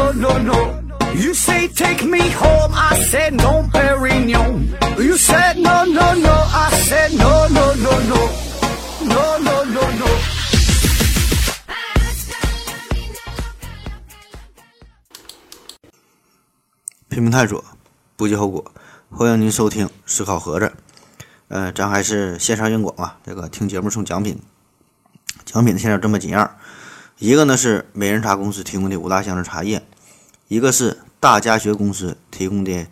no, no, no. You say take me home, I said no, Perignon. You said no, no, no, I said no, no, no, no. No, no, no, no. 拼命探索，不计后果。欢迎您收听思考盒子。咱还是线上硬广啊，这个听节目送奖品。奖品现在有这么几样，一个呢是美人茶公司提供的5大箱子茶叶，一个是大家学公司提供的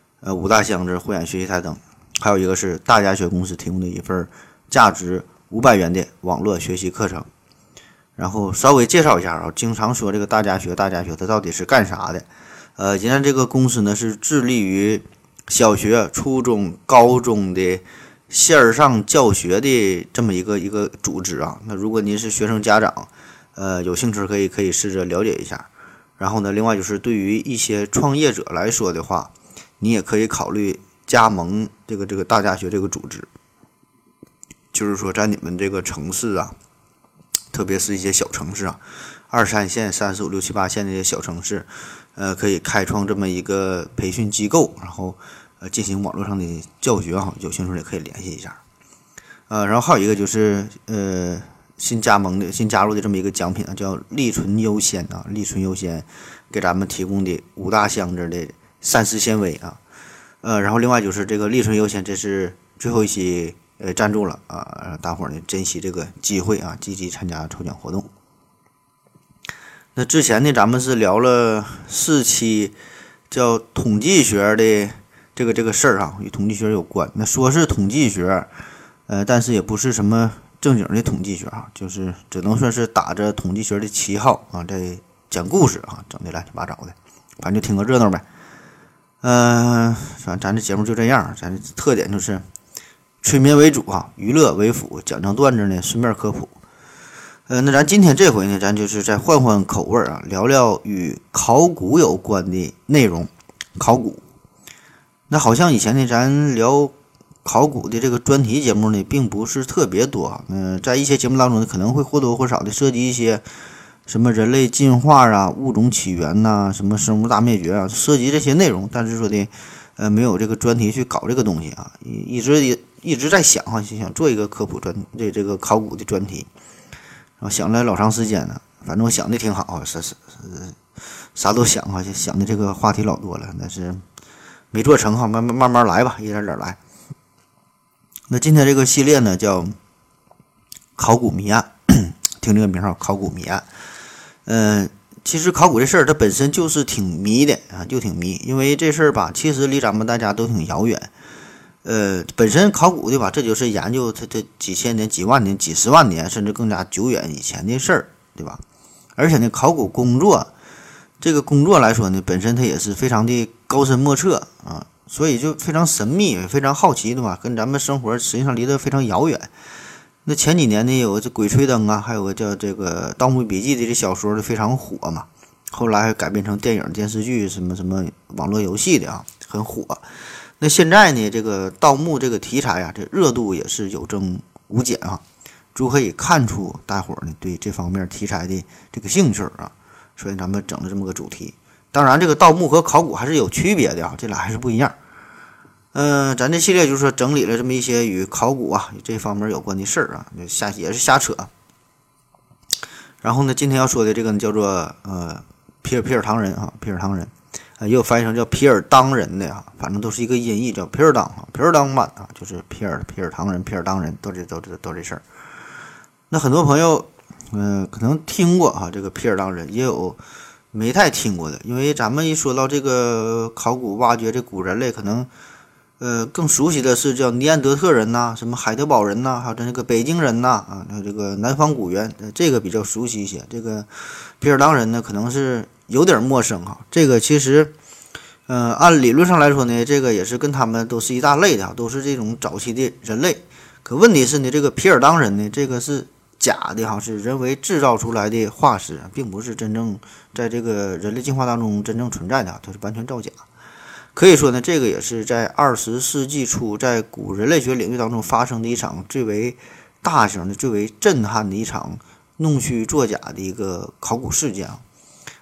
5大箱子慧眼学习台灯，还有一个是大家学公司提供的一份价值500元的网络学习课程。然后稍微介绍一下啊，经常说这个大家学它到底是干啥的？今天这个公司呢是致力于小学、初中、高中的线上教学的这么一个组织啊。那如果您是学生家长，有兴趣可以试着了解一下。然后呢，另外就是对于一些创业者来说的话，你也可以考虑加盟这个大家学这个组织。就是说在你们这个城市啊，特别是一些小城市啊，2、3线、3、4、5、6、7、8线的这些小城市，可以开创这么一个培训机构，然后进行网络上的教学哈，有兴趣也可以联系一下。然后还有一个就是新加入的这么一个奖品啊，叫利醇优先啊，利醇优先给咱们提供的5大箱子的膳食纤维啊。然后另外就是这个利醇优先，这是最后一期赞助了啊，大伙儿呢珍惜这个机会啊，积极参加抽奖活动。那之前呢，咱们是聊了4期叫统计学的这个事儿啊，与统计学有关。那说是统计学，但是也不是什么正经的统计学啊，就是只能算是打着统计学的旗号啊，在讲故事啊，整的乱七八糟的，反正就听个热闹呗。反正咱这节目就这样，咱特点就是催眠为主啊，娱乐为辅，讲段子呢，顺便科普。那咱今天这回呢，咱就是再换口味啊，聊聊与考古有关的内容。考古，那好像以前呢，咱聊考古的这个专题节目呢，并不是特别多。在一些节目当中呢，可能会或多或少的涉及一些什么人类进化啊、物种起源呐、什么生物大灭绝啊，涉及这些内容。但是说的没有这个专题去搞这个东西啊，一直在想啊，想做一个科普这个考古的专题。然后想了老长时间了，反正我想的挺好，啥都想啊，想的这个话题老多了，但是没做成哈，慢慢来吧，一点点来。那今天这个系列呢叫考古谜案，听这个名号，考古谜案。其实考古这事儿它本身就是挺迷的啊，就挺迷，因为这事儿吧，其实离咱们大家都挺遥远。本身考古的吧，这就是研究这几千年、几万年、几十万年，甚至更加久远以前的事儿，对吧？而且呢，考古工作这个工作来说呢，本身它也是非常的高深莫测啊，所以就非常神秘、非常好奇，对吧？跟咱们生活实际上离得非常遥远。那前几年呢，有这《鬼吹灯》啊，还有个叫这个《盗墓笔记》的这小说就非常火嘛，后来还改编成电影、电视剧、什么网络游戏的啊，很火。那现在呢，这个盗墓这个题材啊，这热度也是有增无减啊，就可以看出大伙儿呢对这方面题材的这个兴趣啊，所以咱们整了这么个主题。当然，这个盗墓和考古还是有区别的啊，这俩还是不一样。咱这系列就是说整理了这么一些与考古啊这方面有关的事儿啊，也是瞎扯。然后呢，今天要说的这个呢叫做皮尔唐人啊，皮尔唐人。也有翻译成叫皮尔当人的啊，反正都是一个音译，叫皮尔当啊，皮尔当版啊，就是皮尔唐人、皮尔当人，都这事儿。那很多朋友，可能听过啊，这个皮尔当人，也有没太听过的，因为咱们一说到这个考古挖掘这古人类，可能更熟悉的是叫尼安德特人呐、什么海德堡人呐、还有这个北京人呐啊，还有这个南方古猿，这个比较熟悉一些。这个皮尔当人呢，可能是有点陌生哈，这个其实，按理论上来说呢，这个也是跟他们都是一大类的，都是这种早期的人类。可问题是呢，这个皮尔当人呢，这个是假的哈，是人为制造出来的化石，并不是真正在这个人类进化当中真正存在的，它是完全造假。可以说呢，这个也是在20世纪初在古人类学领域当中发生的一场最为大型的、最为震撼的一场弄虚作假的一个考古事件啊。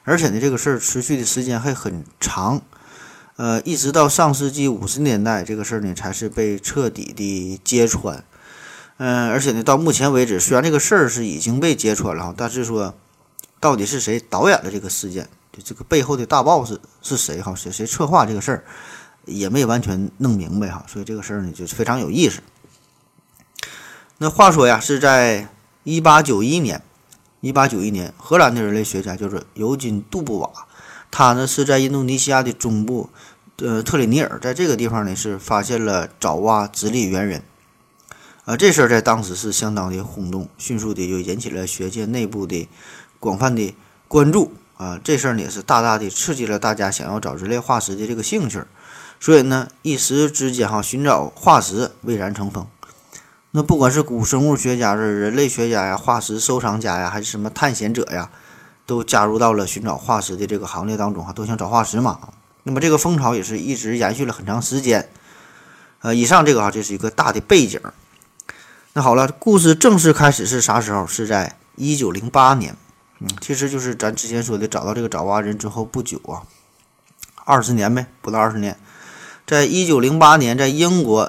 而且呢，这个事儿持续的时间还很长，一直到上世纪50年代，这个事儿呢才是被彻底的揭穿。而且呢，到目前为止，虽然这个事儿是已经被揭穿了，但是说到底是谁导演了这个事件，这个背后的大 boss 是谁哈？谁策划这个事儿，也没完全弄明白哈。所以这个事儿呢，就非常有意思。那话说呀，是在1891年，荷兰的人类学家叫做尤金·杜布瓦，他呢是在印度尼西亚的中部，特里尼尔，在这个地方呢是发现了爪哇直立猿人。这事儿在当时是相当的轰动，迅速的就引起了学界内部的广泛的关注啊。这事儿呢也是大大的刺激了大家想要找人类化石的这个兴趣，所以呢一时之间寻找化石蔚然成风。那不管是古生物学家、是人类学家呀、化石收藏家呀，还是什么探险者呀，都加入到了寻找化石的这个行列当中都想找化石嘛。那么这个风潮也是一直延续了很长时间。以上这个这是一个大的背景。那好了，故事正式开始是啥时候？是在1908年。其实就是咱之前说的找到这个爪哇人之后不久啊，20年呗，不到20年。在1908年，在英国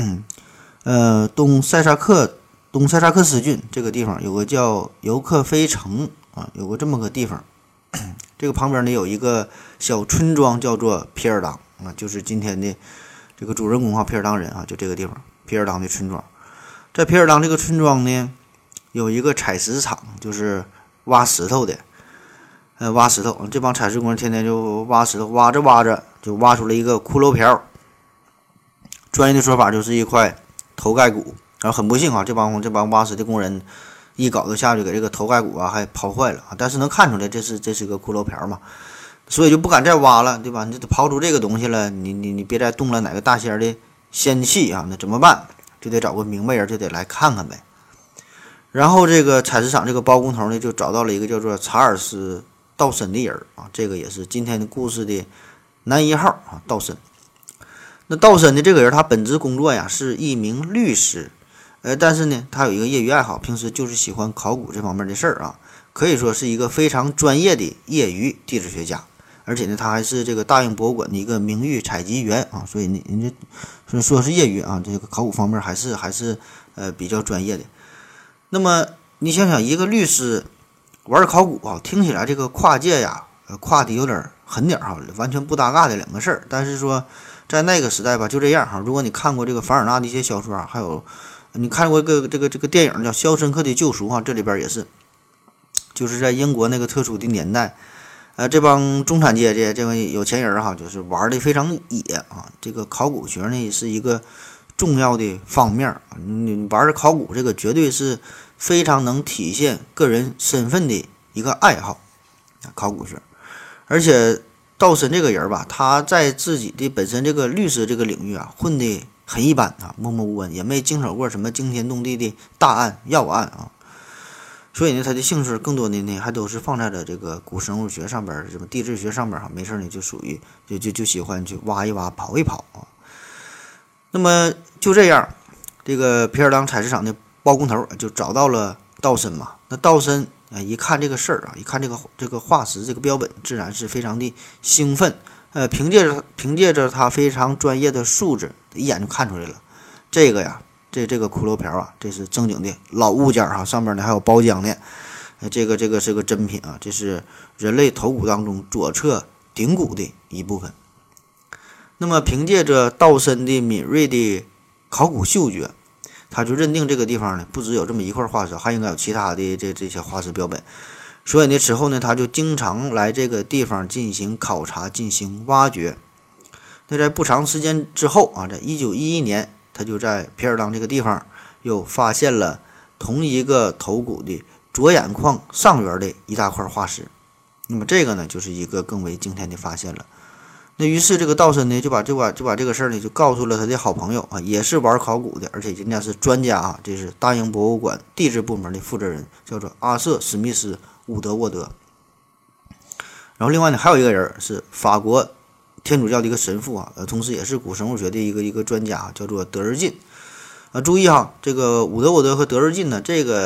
东塞萨克斯郡这个地方有个叫尤克菲城啊，有个这么个地方。这个旁边呢有一个小村庄叫做皮尔当啊，就是今天的这个主人公皮尔当人啊，就这个地方皮尔当的村庄。在皮尔当这个村庄呢，有一个采石场，就是挖石头的。挖石头，这帮采石工人天天就挖石头，挖着就挖出了一个骷髅瓢。专业的说法就是一块头盖骨。然后很不幸这帮挖石的工人一镐子下去，给这个头盖骨还刨坏了。但是能看出来这是个骷髅瓢嘛，所以就不敢再挖了，对吧？你刨出这个东西了，你别再动了哪个大仙的仙气啊，那怎么办？就得找个明白人，就得来看看呗。然后这个采石场这个包工头呢，就找到了一个叫做查尔斯·道森的人啊，这个也是今天的故事的男一号啊，道森。那道森的这个人，他本职工作呀是一名律师，但是呢，他有一个业余爱好，平时就是喜欢考古这方面的事儿啊，可以说是一个非常专业的业余地质学家。而且呢，他还是这个大英博物馆的一个名誉采集员啊，所以呢，人家说是业余啊，这个考古方面还是比较专业的。那么你想想，一个律师玩考古听起来这个跨界呀，跨的有点狠点完全不搭嘎的两个事儿。但是说在那个时代吧，就这样如果你看过这个凡尔纳的一些小说，还有你看过这个电影叫《肖申克的救赎》这里边也是，就是在英国那个特殊的年代。这帮中产阶级这个有钱人就是玩的非常野啊。这个考古学呢是一个重要的方面，你玩考古这个绝对是非常能体现个人身份的一个爱好，考古学。而且道森这个人吧，他在自己的本身这个律师这个领域混得很一般默默无闻，也没经手过什么惊天动地的大案要案所以呢，他的兴趣更多的呢，还都是放在了这个古生物学上边，什么地质学上边没事呢就属于就喜欢去挖一挖、刨一刨那么就这样，这个皮尔当采石场的包工头就找到了道森嘛。那道森一看这个事儿一看这个化石这个标本，自然是非常的兴奋。凭借着他非常专业的素质，一眼就看出来了，这个呀。这个骷髅瓢这是正经的老物件上面呢还有包浆呢。这个是个真品这是人类头骨当中左侧顶骨的一部分。那么凭借着道森的敏锐的考古嗅觉，他就认定这个地方呢不只有这么一块化石，还应该有其他的这些化石标本。所以呢，此后呢他就经常来这个地方进行考察、进行挖掘。那在不长时间之后在1911年。他就在皮尔当这个地方又发现了同一个头骨的左眼眶上缘的一大块化石。那么这个呢，就是一个更为惊天的发现了。那于是这个道森呢，就把这个事儿呢，就告诉了他的好朋友也是玩考古的，而且人家是专家这是大英博物馆地质部门的负责人，叫做阿瑟·史密斯·伍德沃德。然后另外呢，还有一个人是法国天主教的一个神父同时也是古生物学的一个专家，叫做德日进。注意这个伍德沃德和德日进呢，这个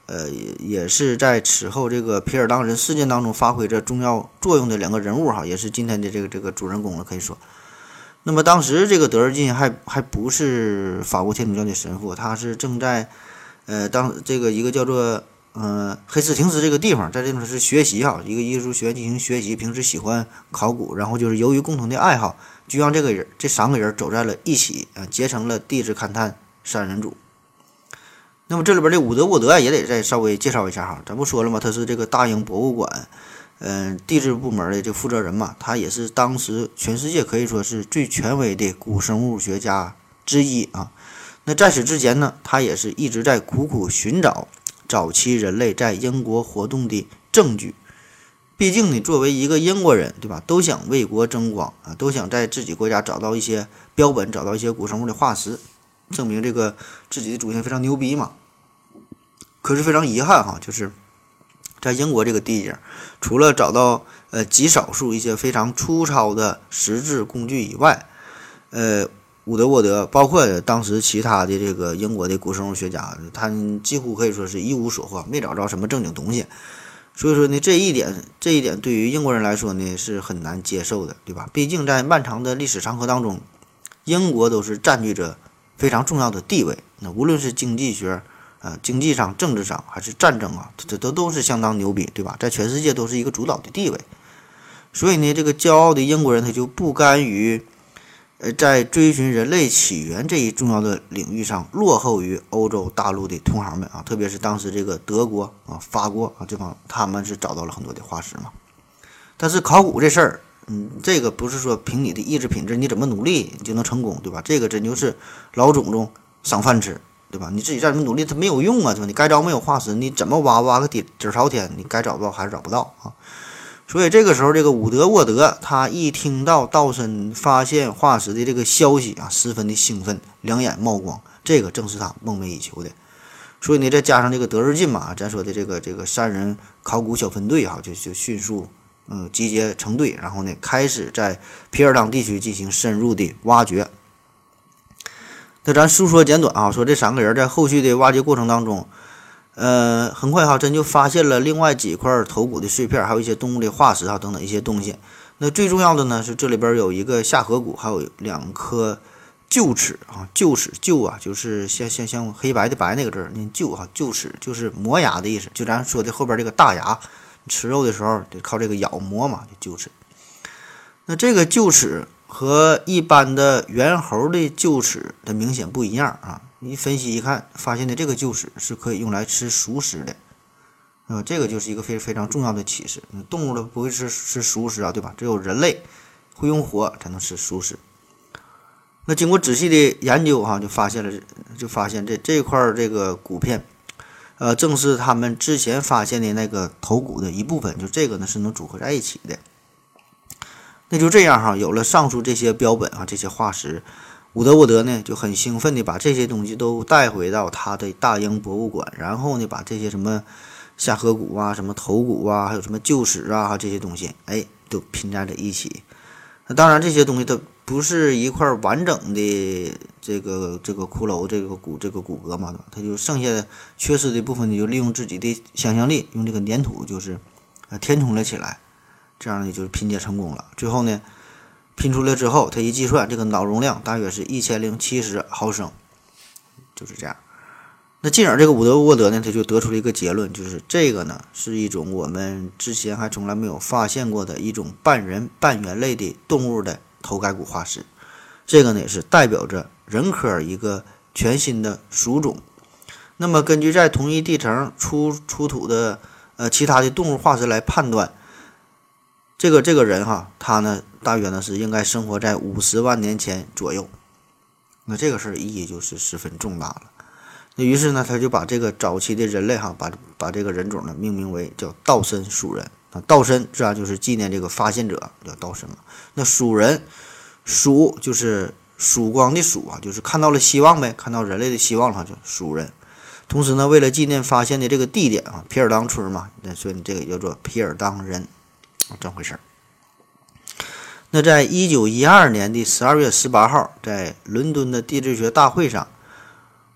也是在此后这个皮尔当人事件当中发挥着重要作用的两个人物哈，也是今天的这个主人公了，可以说。那么当时这个德尔金还不是法国天主教的神父，他是正在当这个一个叫做黑斯廷斯这个地方，在这种是学习哈，一个艺术学院进行学习，平时喜欢考古，然后就是由于共同的爱好，就让这三个人走在了一起结成了地质勘探三人组。那么这里边的伍德沃德也得再稍微介绍一下哈，咱不说了吗？他是这个大英博物馆地质部门的这负责人嘛，他也是当时全世界可以说是最权威的古生物学家之一啊。那在此之前呢，他也是一直在苦苦寻找早期人类在英国活动的证据。毕竟你作为一个英国人，对吧？都想为国争光啊，都想在自己国家找到一些标本，找到一些古生物的化石，证明这个自己的祖先非常牛逼嘛。可是非常遗憾哈，就是在英国这个地界，除了找到极少数一些非常粗糙的石质工具以外，伍德沃德包括当时其他的这个英国的古生物学家，他们几乎可以说是一无所获，没找着什么正经东西。所以说呢，这一点对于英国人来说呢是很难接受的，对吧？毕竟在漫长的历史长河当中，英国都是占据着非常重要的地位。那无论是经济学经济上、政治上还是战争啊，这都是相当牛逼，对吧？在全世界都是一个主导的地位。所以呢，这个骄傲的英国人他就不甘于在追寻人类起源这一重要的领域上落后于欧洲大陆的同行们啊，特别是当时这个德国啊、法国啊这帮，他们是找到了很多的化石嘛。但是考古这事儿，这个不是说凭你的意志品质，你怎么努力你就能成功，对吧？这个真就是老祖宗赏饭吃。对吧？你自己再怎么努力，它没有用啊，对吧？你该找没有化石，你怎么挖个底儿朝天，你该找不到还是找不到啊。所以这个时候，这个伍德沃德他一听到道森发现化石的这个消息啊，十分的兴奋，两眼冒光，这个正是他梦寐以求的。所以呢，再加上这个德尔金嘛，咱说的这个三人考古小分队哈，就迅速集结成队，然后呢开始在皮尔当地区进行深入的挖掘。那咱述说简短啊，说这三个人在后续的挖掘过程当中，很快哈，真就发现了另外几块头骨的碎片，还有一些动物的化石啊等等一些东西。那最重要的呢是这里边有一个下颌骨，还有2颗臼齿啊，臼啊，就是像黑白的白那个字念臼啊，臼齿就是磨牙的意思，就咱说的后边这个大牙，吃肉的时候得靠这个咬磨嘛，就臼齿。那这个臼齿和一般的猿猴的臼齿的明显不一样啊！你分析一看，发现的这个臼齿是可以用来吃熟食的，这个就是一个非常重要的启示。动物的不会吃熟食啊，对吧？只有人类会用火才能吃熟食。那经过仔细的研究哈，就发现这块这个骨片，正是他们之前发现的那个头骨的一部分，就这个呢是能组合在一起的。那就这样哈，有了上述这些标本啊，这些化石，伍德沃德呢就很兴奋地把这些东西都带回到他的大英博物馆，然后呢把这些什么下颌骨啊、什么头骨啊、还有什么臼齿啊这些东西，都拼在了一起。那当然这些东西它不是一块完整的这个骷髅这个骨骼嘛，它就剩下的缺失的部分，就利用自己的想象力，用这个粘土就是填充了起来。这样呢就是拼接成功了。最后呢拼出来之后，他一计算，这个脑容量大约是1070毫升，就是这样。那进而这个伍德沃德呢，他就得出了一个结论，就是这个呢是一种我们之前还从来没有发现过的一种半人半猿类的动物的头盖骨化石。这个呢也是代表着人科一个全新的属种。那么根据在同一地层出土的其他的动物化石来判断，这个人哈，他呢大约呢是应该生活在50万年前左右。那这个事儿意义就是十分重大了。那于是呢，他就把这个早期的人类哈，把这个人种呢命名为叫道参属人啊。道参自然就是纪念这个发现者，叫道参嘛。那属人，属就是曙光的曙啊，就是看到了希望呗，看到人类的希望了，就属人。同时呢，为了纪念发现的这个地点啊，皮尔当村嘛，所以这个叫做皮尔当人。这么回事。那在1912年的12月18号，在伦敦的地质学大会上，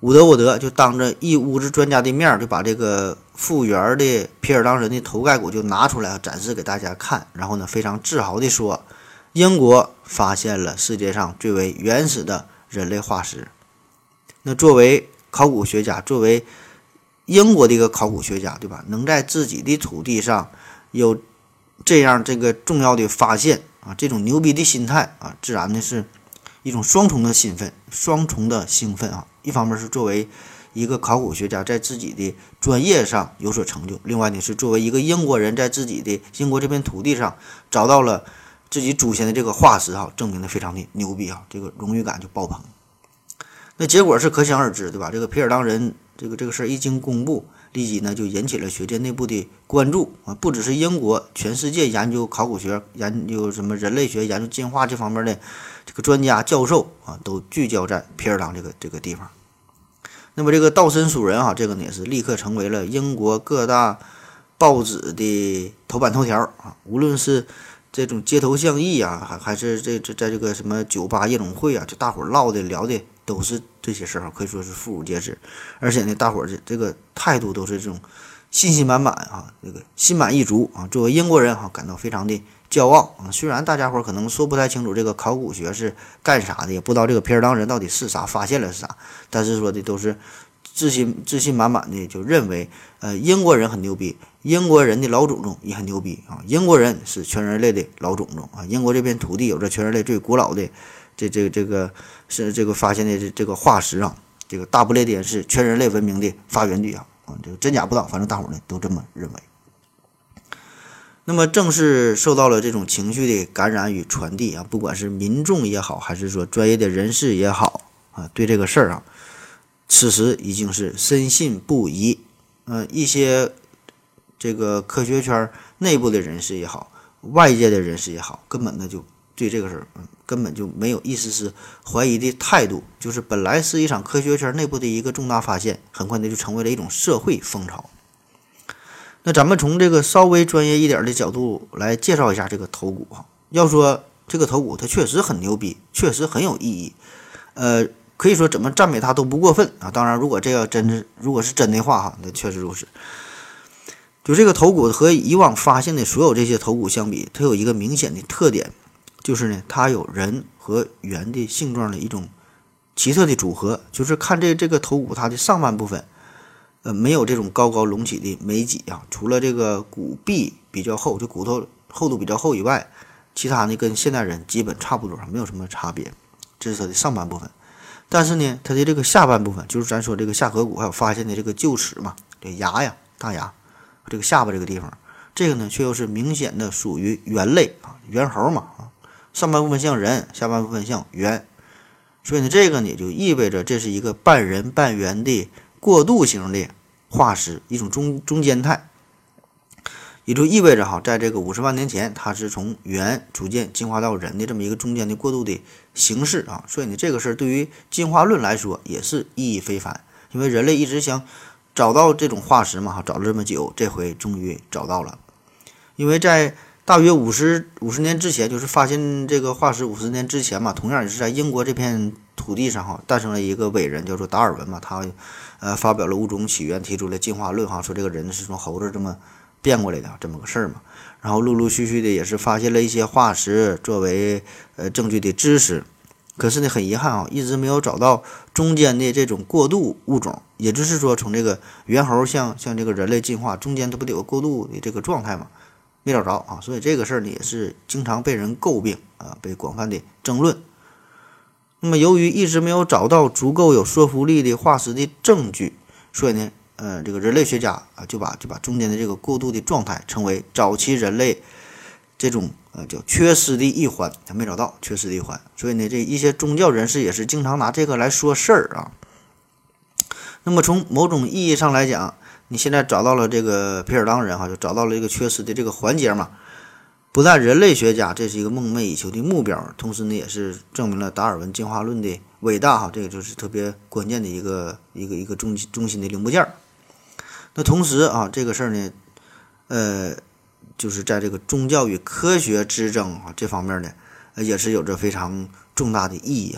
伍德沃德就当着一屋子专家的面，就把这个复原的皮尔当人的头盖骨就拿出来展示给大家看，然后呢非常自豪地说，英国发现了世界上最为原始的人类化石。那作为考古学家，作为英国的一个考古学家，对吧？能在自己的土地上有这样这个重要的发现啊，这种牛逼的心态啊，自然的是一种双重的兴奋啊。一方面是作为一个考古学家在自己的专业上有所成就，另外呢是作为一个英国人在自己的英国这片土地上找到了自己祖先的这个化石哈，证明的非常的牛逼啊，这个荣誉感就爆棚。那结果是可想而知，对吧？这个皮尔当人这个事儿一经公布，立即呢就引起了学界内部的关注啊，不只是英国，全世界研究考古学、研究什么人类学、研究进化这方面的这个专家教授啊，都聚焦在皮尔当这个地方。那么这个道森鼠人啊，这个呢也是立刻成为了英国各大报纸的头版头条啊，无论是这种街头巷议啊，还是在这个什么酒吧夜总会啊，就大伙唠的聊的都是这些事儿，可以说是妇孺皆知。而且呢，大伙儿这个态度都是这种信心满满啊，这个心满意足啊。作为英国人啊，感到非常的骄傲啊。虽然大家伙儿可能说不太清楚这个考古学是干啥的，也不知道这个皮尔当人到底是啥，发现了是啥，但是说的都是自信满满的，就认为英国人很牛逼，英国人的老祖宗也很牛逼啊，英国人是全人类的老祖宗啊，英国这片土地有着全人类最古老的这个是这个发现的这个化石啊，这个大不列颠是全人类文明的发源地啊，这个真假不知道，反正大伙儿呢都这么认为。那么正是受到了这种情绪的感染与传递啊，不管是民众也好，还是说专业的人士也好啊，对这个事儿啊，此时已经是深信不疑。一些这个科学圈内部的人士也好，外界的人士也好，根本呢就对这个事儿根本就没有一丝丝怀疑的态度，就是本来是一场科学圈内部的一个重大发现，很快的就成为了一种社会风潮。那咱们从这个稍微专业一点的角度来介绍一下这个头骨哈。要说这个头骨它确实很牛逼，确实很有意义，可以说怎么赞美它都不过分啊。当然，如果是真的话哈，那确实如此。就这个头骨和以往发现的所有这些头骨相比，它有一个明显的特点，就是呢，它有人和猿的性状的一种奇特的组合。就是看这个头骨，它的上半部分，没有这种高高隆起的眉脊啊，除了这个骨壁比较厚，就骨头厚度比较厚以外，其他呢跟现代人基本差不多，没有什么差别。这是它的上半部分。但是呢，它的这个下半部分，就是咱说这个下颌骨，还有发现的这个臼齿嘛，这牙呀，大牙，这个下巴这个地方，这个呢却又是明显的属于猿类啊，猿猴嘛啊，上半部分像人，下半部分像猿，所以呢，这个呢就意味着这是一个半人半猿的过渡型的化石，一种中间态。也就意味着哈，在这个50万年前，它是从猿逐渐进化到人的这么一个中间的过渡的形式啊。所以呢，这个事儿对于进化论来说也是意义非凡，因为人类一直想找到这种化石嘛，找了这么久，这回终于找到了。因为在大约50年之前，就是发现这个化石50年之前嘛，同样也是在英国这片土地上哈，诞生了一个伟人，叫做达尔文嘛，他发表了物种起源，提出了进化论哈，说这个人是从猴子这么变过来的这么个事儿嘛。然后陆陆续续的也是发现了一些化石作为证据的支持。可是呢，很遗憾啊，一直没有找到中间的这种过渡物种，也就是说，从这个猿猴向这个人类进化中间，它不得有个过渡的这个状态嘛？没找着啊，所以这个事儿呢也是经常被人诟病啊，被广泛的争论。那么，由于一直没有找到足够有说服力的化石的证据，所以呢，这个人类学家啊就把中间的这个过渡的状态称为早期人类这种叫缺失的一环，他没找到缺失的一环，所以呢，这一些宗教人士也是经常拿这个来说事儿啊。那么从某种意义上来讲，你现在找到了这个皮尔当人哈，就找到了这个缺失的这个环节嘛。不但人类学家这是一个梦寐以求的目标，同时呢也是证明了达尔文进化论的伟大哈，这个就是特别关键的一个中心的零部件。那同时啊，这个事儿呢，就是在这个宗教与科学之争啊这方面呢，也是有着非常重大的意义啊，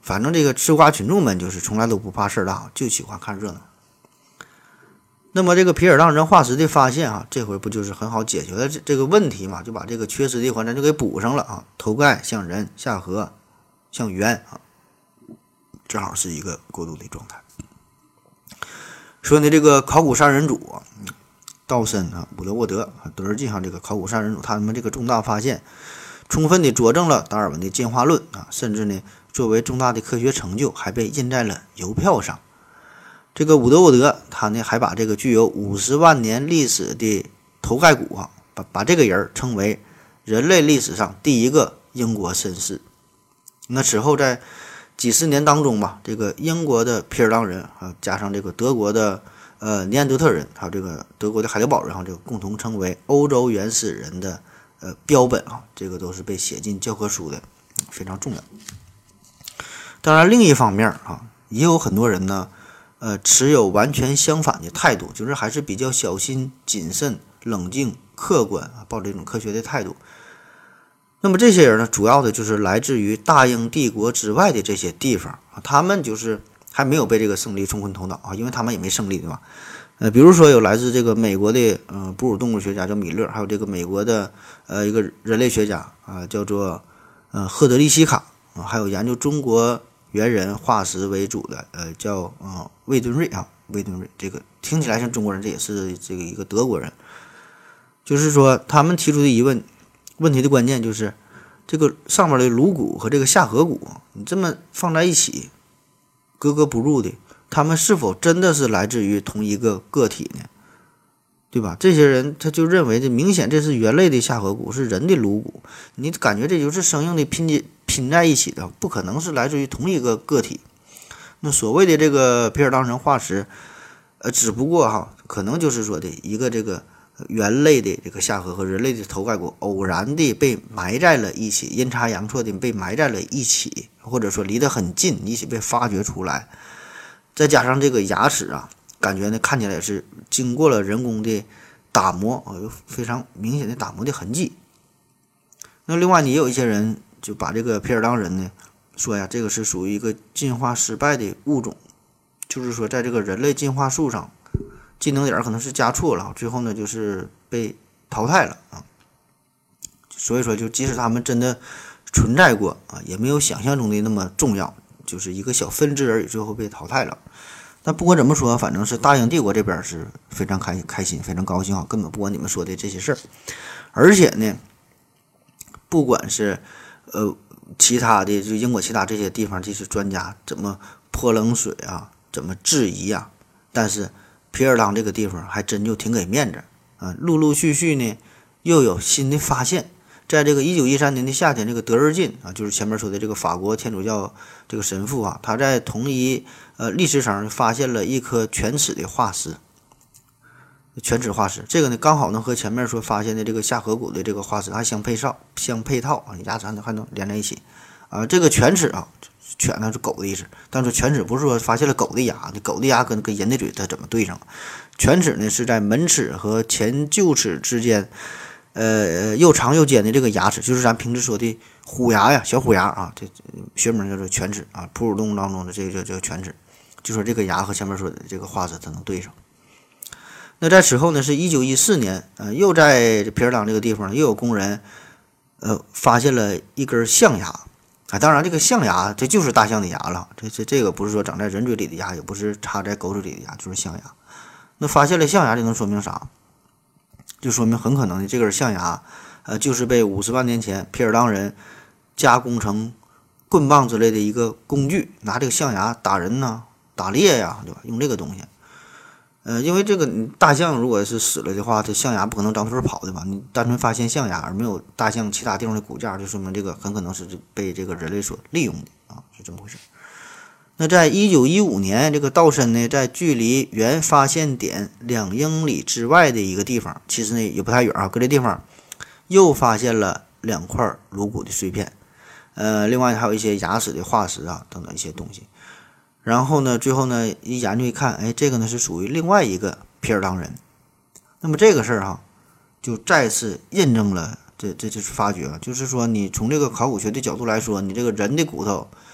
反正这个吃瓜群众们就是从来都不怕事儿大，就喜欢看热闹。那么这个皮尔当人化石的发现啊，这回不就是很好解决了这个问题嘛？就把这个缺失的环咱就给补上了啊。头盖像人，下颌像猿啊，正好是一个过渡的状态。说呢，这个考古杀人组道森啊、伍德沃德、德尔进哈这个考古杀人组，他们这个重大发现，充分的佐证了达尔文的进化论啊，甚至呢，作为重大的科学成就，还被印在了邮票上。这个伍德沃德他呢还把这个具有50万年历史的头盖骨啊，把这个人称为人类历史上第一个英国绅士。那此后在几十年当中吧，这个英国的皮尔当人啊，加上这个德国的尼安德特人，还有这个德国的海德堡人啊，这个共同称为欧洲原始人的标本啊，这个都是被写进教科书的，非常重要。当然，另一方面啊，也有很多人呢。持有完全相反的态度，就是还是比较小心谨慎、冷静、客观啊，抱着这种科学的态度。那么这些人呢，主要的就是来自于大英帝国之外的这些地方啊，他们就是还没有被这个胜利冲昏头脑啊，因为他们也没胜利，对吧？比如说有来自这个美国的哺乳动物学家叫米勒，还有这个美国的一个人类学家啊，叫做赫德利希卡啊，还有研究中国猿人化石为主的叫魏敦瑞啊，魏敦瑞这个听起来像中国人，这也是这个一个德国人。就是说他们提出的问题的关键就是这个上面的颅骨和这个下颌骨，你这么放在一起格格不入的，他们是否真的是来自于同一个个体呢？对吧？这些人他就认为这明显这是猿类的下颌骨，是人的颅骨，你感觉这就是生硬的拼在一起的，不可能是来自于同一个个体。那所谓的这个皮尔当人化石，只不过可能就是说的一个这个猿类的这个下颌和人类的头盖骨偶然的被埋在了一起，阴差阳错的被埋在了一起，或者说离得很近，一起被发掘出来。再加上这个牙齿啊，感觉呢看起来也是经过了人工的打磨啊，有非常明显的打磨的痕迹。那另外呢，也有一些人就把这个皮尔当人呢说呀，这个是属于一个进化失败的物种，就是说在这个人类进化树上技能点可能是加错了，最后呢就是被淘汰了啊。所以说就即使他们真的存在过啊，也没有想象中的那么重要，就是一个小分支而已，最后被淘汰了。但不管怎么说，反正是大英帝国这边是非常开心非常高兴啊，根本不管你们说的这些事儿。而且呢，不管是其他的就英国其他这些地方这些专家怎么泼冷水啊，怎么质疑啊，但是皮尔当这个地方还真就挺给面子啊，陆陆续续呢又有新的发现。在这个1913年的夏天，这个德日进啊，就是前面说的这个法国天主教这个神父啊，他在同一砾石层发现了一颗犬齿的化石。犬齿化石这个呢，刚好能和前面说发现的这个下颌骨的这个化石还相配套啊，牙齿还能连在一起啊。这个犬齿啊，犬呢是狗的意思，但是犬齿不是说发现了狗的牙，狗的牙跟人的嘴它怎么对上？犬齿呢是在门齿和前臼齿之间，又长又尖的这个牙齿，就是咱平时说的虎牙呀，小虎牙啊，这学名叫做犬齿啊，哺乳动物当中的这个犬齿，就说这个牙和前面说的这个化石它能对上。那在此后呢，是1914年，又在皮尔当这个地方又有工人，发现了一根象牙啊。当然，这个象牙这就是大象的牙了，这个不是说长在人嘴里的牙，也不是插在狗嘴里的牙，就是象牙。那发现了象牙，这能说明啥？就说明很可能的这根象牙，就是被50万年前皮尔当人加工成棍棒之类的一个工具，拿这个象牙打人呢、打猎呀，对吧？用这个东西。因为这个大象如果是死了的话，这象牙不可能长腿跑的吧？你单纯发现象牙而没有大象其他地方的骨架，就说明这个很可能是被这个人类所利用的啊，是这么回事。那在1915年，这个道森呢，在距离原发现点2英里之外的一个地方，其实呢也不太远啊，搁这地方又发现了2块颅骨的碎片，另外还有一些牙齿的化石啊等等一些东西。然后呢，最后呢一研究一看，哎，这个呢是属于另外一个皮尔当人。那么这个事儿就再次印证了这就是发掘，就是说你从这个考古学的角度来说，你这个人的骨头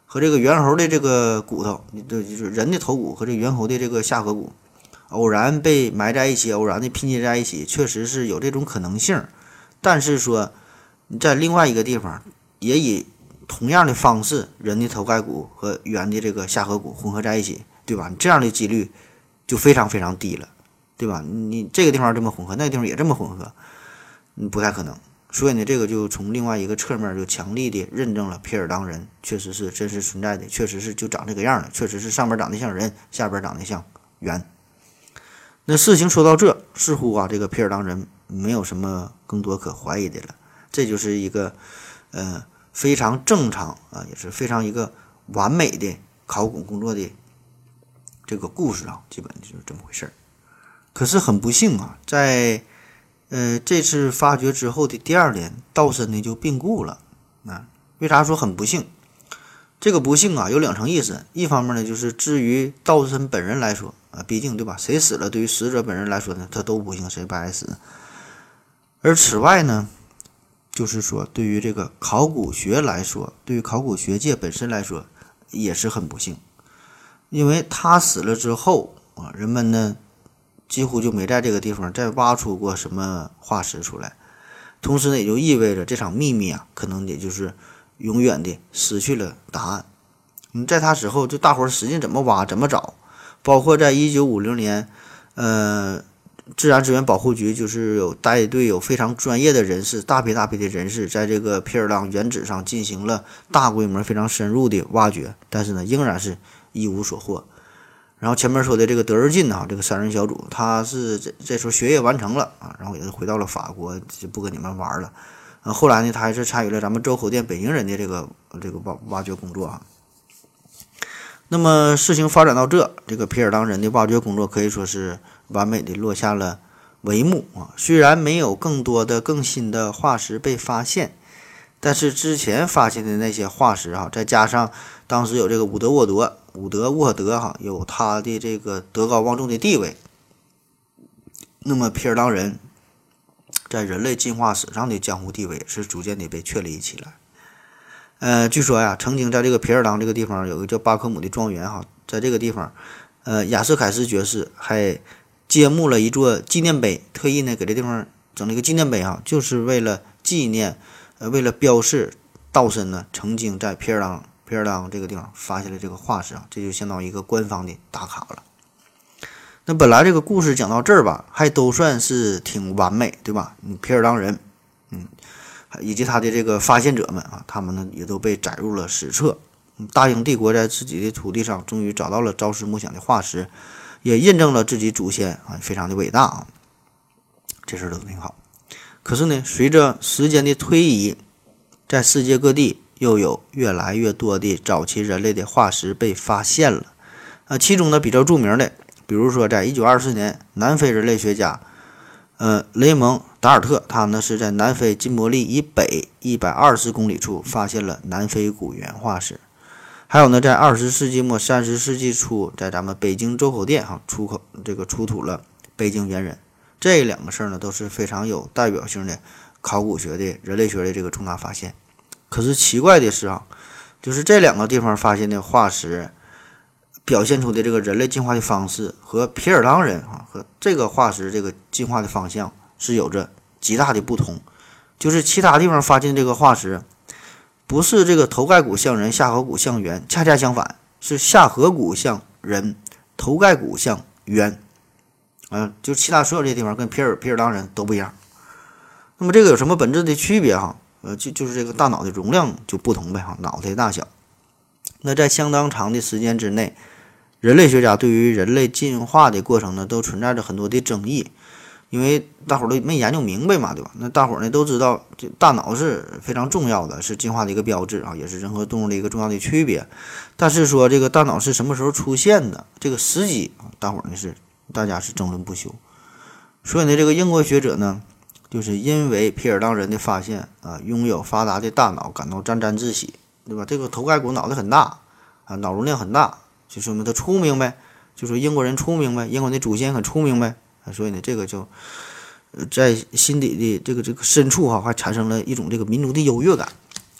和这个猿猴的这个骨头，就是人的头骨和这猿猴的这个下颌骨，偶然被埋在一起，偶然的拼接在一起，确实是有这种可能性。但是说你在另外一个地方也以同样的方式，人的头盖骨和猿的这个下颌骨混合在一起，对吧？你这样的几率就非常非常低了，对吧？你这个地方这么混合，那个地方也这么混合，不太可能。所以呢，这个就从另外一个侧面就强力的认证了皮尔当人确实是真实存在的，确实是就长这个样的，确实是上边长得像人，下边长得像猿。那事情说到这，似乎啊，这个皮尔当人没有什么更多可怀疑的了。这就是一个非常正常啊，也是非常一个完美的考古工作的这个故事啊，基本就是这么回事儿。可是很不幸啊，在这次发掘之后的第2年，道参呢就病故了。为啥说很不幸？这个不幸啊有2层意思。一方面呢，就是至于道参本人来说啊，毕竟对吧，谁死了对于死者本人来说呢，他都不幸，谁不爱死。而此外呢，就是说对于这个考古学来说，对于考古学界本身来说也是很不幸，因为他死了之后啊，人们呢几乎就没在这个地方再挖出过什么化石出来，同时呢，也就意味着这场秘密啊，可能也就是永远的失去了答案。在他之后，就大伙儿使劲怎么挖怎么找，包括在1950年，自然资源保护局就是有带队有非常专业的人士，大批的人士，在这个皮尔当原址上进行了大规模、非常深入的挖掘，但是呢，仍然是一无所获。然后前面说的这个德日进啊，这个3人小组，他是这时候学业完成了啊，然后也是回到了法国，就不跟你们玩了。后来呢，他还是参与了咱们周口店北京人的这个挖掘工作啊。那么事情发展到这个皮尔当人的挖掘工作可以说是完美的落下了帷幕啊。虽然没有更新的化石被发现，但是之前发现的那些化石啊，再加上当时有这个伍德沃德哈，有他的这个德高望重的地位，那么皮尔当人在人类进化史上的江湖地位也是逐渐的被确立起来。据说呀，曾经在这个皮尔当这个地方有一个叫巴克姆的庄园哈，在这个地方，亚瑟凯斯爵士还揭幕了一座纪念碑，特意呢给这地方整了一个纪念碑哈，就是为了纪念，为了标示道参呢曾经在皮尔当这个地方发现了这个化石啊，这就相当于一个官方的打卡了。那本来这个故事讲到这儿吧，还都算是挺完美，对吧？皮尔当人，以及他的这个发现者们啊，他们呢也都被载入了史册。大英帝国在自己的土地上终于找到了朝思暮想的化石，也印证了自己祖先啊非常的伟大啊，这事都挺好。可是呢，随着时间的推移，在世界各地又有越来越多的早期人类的化石被发现了。其中呢比较著名的，比如说在1924年，南非人类学家雷蒙达尔特，他呢是在南非金伯利以北120公里处发现了南非古猿化石。还有呢，在20世纪末30世纪初，在咱们北京周口店出土了北京猿人。这2个事儿呢都是非常有代表性的考古学的人类学的这个重大发现。可是奇怪的是就是这2个地方发现的化石表现出的这个人类进化的方式和皮尔当人和这个化石这个进化的方向是有着极大的不同。就是其他地方发现这个化石不是这个头盖骨像人，下颌骨像猿，恰恰相反，是下颌骨像人，头盖骨像猿。就其他所有这些地方跟皮尔当人都不一样。那么这个有什么本质的区别就是这个大脑的容量就不同呗脑袋大小。那在相当长的时间之内，人类学家对于人类进化的过程呢都存在着很多的争议，因为大伙儿都没研究明白嘛，对吧？那大伙儿呢都知道这大脑是非常重要的，是进化的一个标志也是人和动物的一个重要的区别。但是说这个大脑是什么时候出现的，这个时机大家是争论不休。所以呢，这个英国学者呢就是因为皮尔当人的发现拥有发达的大脑感到沾沾自喜，对吧？这个头盖骨脑袋很大脑容量很大，就说明他聪明呗，就说英国人聪明呗，英国的祖先很聪明呗。所以呢，这个就在心底的这个深处还产生了一种这个民族的优越感。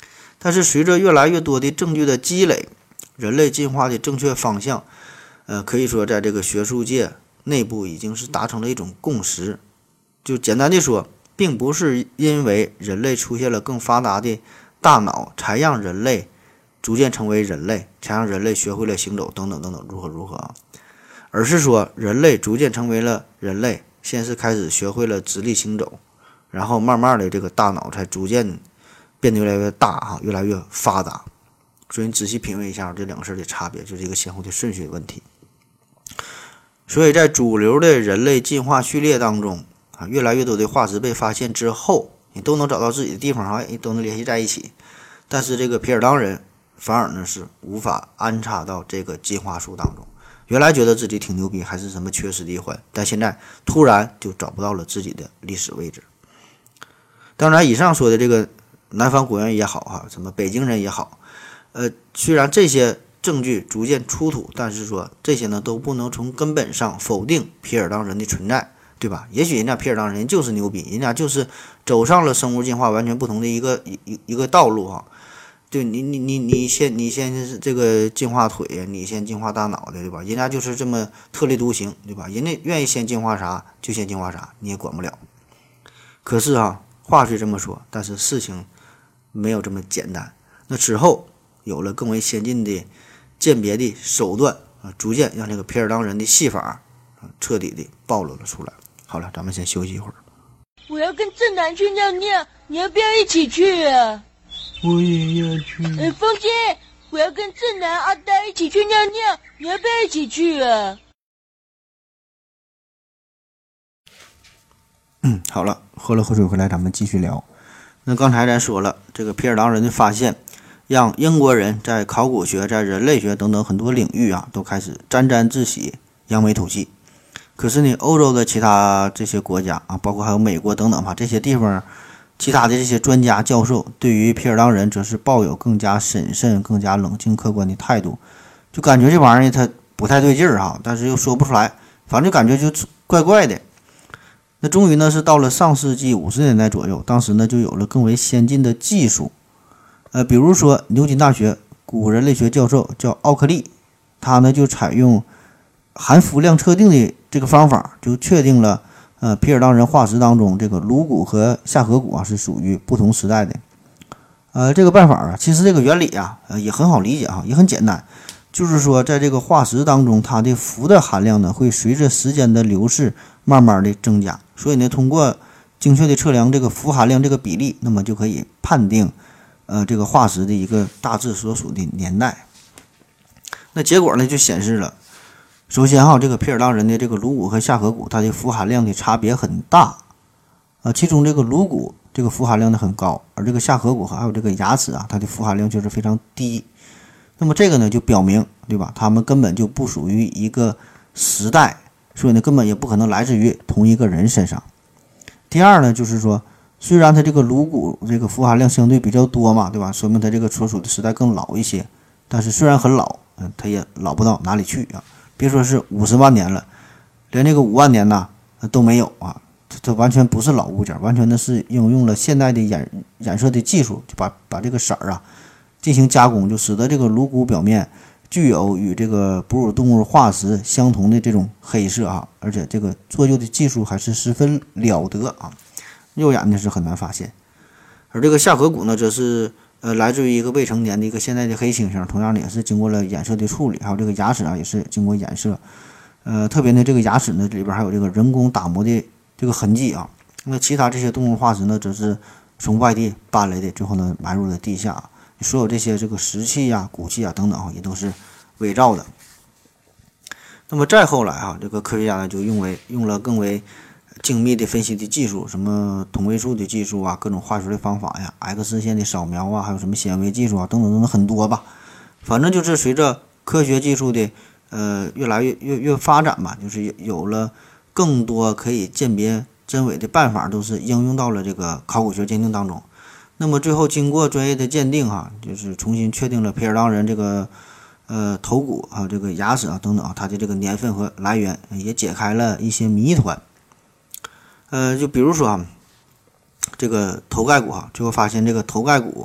但是随着越来越多的证据的积累，人类进化的正确方向，可以说在这个学术界内部已经是达成了一种共识。就简单的说，并不是因为人类出现了更发达的大脑，才让人类逐渐成为人类，才让人类学会了行走等等等等，如何，而是说人类逐渐成为了人类，先是开始学会了直立行走，然后慢慢的这个大脑才逐渐变得越来越大越来越发达。所以你仔细品味一下这两个事的差别，就是一个先后的顺序的问题。所以在主流的人类进化序列当中越来越多的化石被发现之后，你都能找到自己的地方都能联系在一起。但是这个皮尔当人反而呢是无法安插到这个进化树当中。原来觉得自己挺牛逼，还是什么缺失的一环，但现在突然就找不到了自己的历史位置。当然，以上说的这个南方果园也好什么北京人也好，虽然这些证据逐渐出土，但是说这些呢都不能从根本上否定皮尔当人的存在，对吧？也许人家皮尔当人就是牛逼，人家就是走上了生物进化完全不同的一个道路就你先这个进化腿呀，你先进化大脑的，对吧？人家就是这么特立独行，对吧？人家愿意先进化啥就先进化啥，你也管不了。可是话是这么说，但是事情没有这么简单。那之后有了更为先进的鉴别的手段逐渐让这个皮尔当人的戏法彻底的暴露了出来。好了，咱们先休息一会儿。 我要跟正南去尿尿，你要不要一起去啊？ 我也要去。 风姐，我要跟正南、阿呆一起去尿尿，你要不要一起去啊？ 好了，喝了口水回来，咱们继续聊。那刚才咱说了，这个皮尔当人的发现，让英国人在考古学、在人类学等等很多领域都开始沾沾自喜、扬眉吐气。可是呢，欧洲的其他这些国家包括还有美国等等这些地方，其他的这些专家教授对于皮尔当人则是抱有更加审慎、更加冷静客观的态度，就感觉这玩意儿它不太对劲儿但是又说不出来，反正就感觉就怪怪的。那终于呢是到了上世纪50年代左右，当时呢就有了更为先进的技术，比如说牛津大学古人类学教授叫奥克利，他呢就采用含氟量测定的这个方法，就确定了皮尔当人化石当中这个颅骨和下颌骨是属于不同时代的。这个办法其实这个原理也很好理解也很简单，就是说在这个化石当中，它的氟的含量呢会随着时间的流逝慢慢的增加，所以呢通过精确的测量这个氟含量这个比例，那么就可以判定这个化石的一个大致所属的年代。那结果呢就显示了，首先这个皮尔当人的这个颅骨和下颌骨它的氟含量的差别很大其中这个颅骨这个氟含量呢很高，而这个下颌骨还有这个牙齿它的氟含量就是非常低。那么这个呢就表明，对吧，他们根本就不属于一个时代，所以呢根本也不可能来自于同一个人身上。第二呢就是说，虽然它这个颅骨这个氟含量相对比较多嘛，对吧，说明它这个所属的时代更老一些，但是虽然很老它也老不到哪里去别说是50万年了，连这个5万年都没有这完全不是老物件，完全的是应用了现代的染色的技术，就把这个色儿进行加工，就使得这个颅骨表面具有与这个哺乳动物化石相同的这种黑色而且这个做旧的技术还是十分了得肉眼呢是很难发现。而这个下颌骨呢，则是来自于一个未成年的一个现代的黑猩猩，同样的也是经过了染色的处理，还有这个牙齿也是经过染色。特别呢，这个牙齿呢里边还有这个人工打磨的这个痕迹那其他这些动物化石呢，则是从外地搬来的，最后呢埋入了地下。所有这些这个石器骨器等等也都是伪造的。那么再后来这个科学家呢就用了更为精密的分析的技术，什么同位素的技术各种化学的方法X 线的扫描还有什么显微技术等等等等很多吧。反正就是随着科学技术的越来越发展吧，就是有了更多可以鉴别真伪的办法，都是应用到了这个考古学鉴定当中。那么最后经过专业的鉴定就是重新确定了皮尔当人这个头骨这个牙齿等等它的这个年份和来源，也解开了一些谜团。就比如说这个头盖骨最后发现这个头盖骨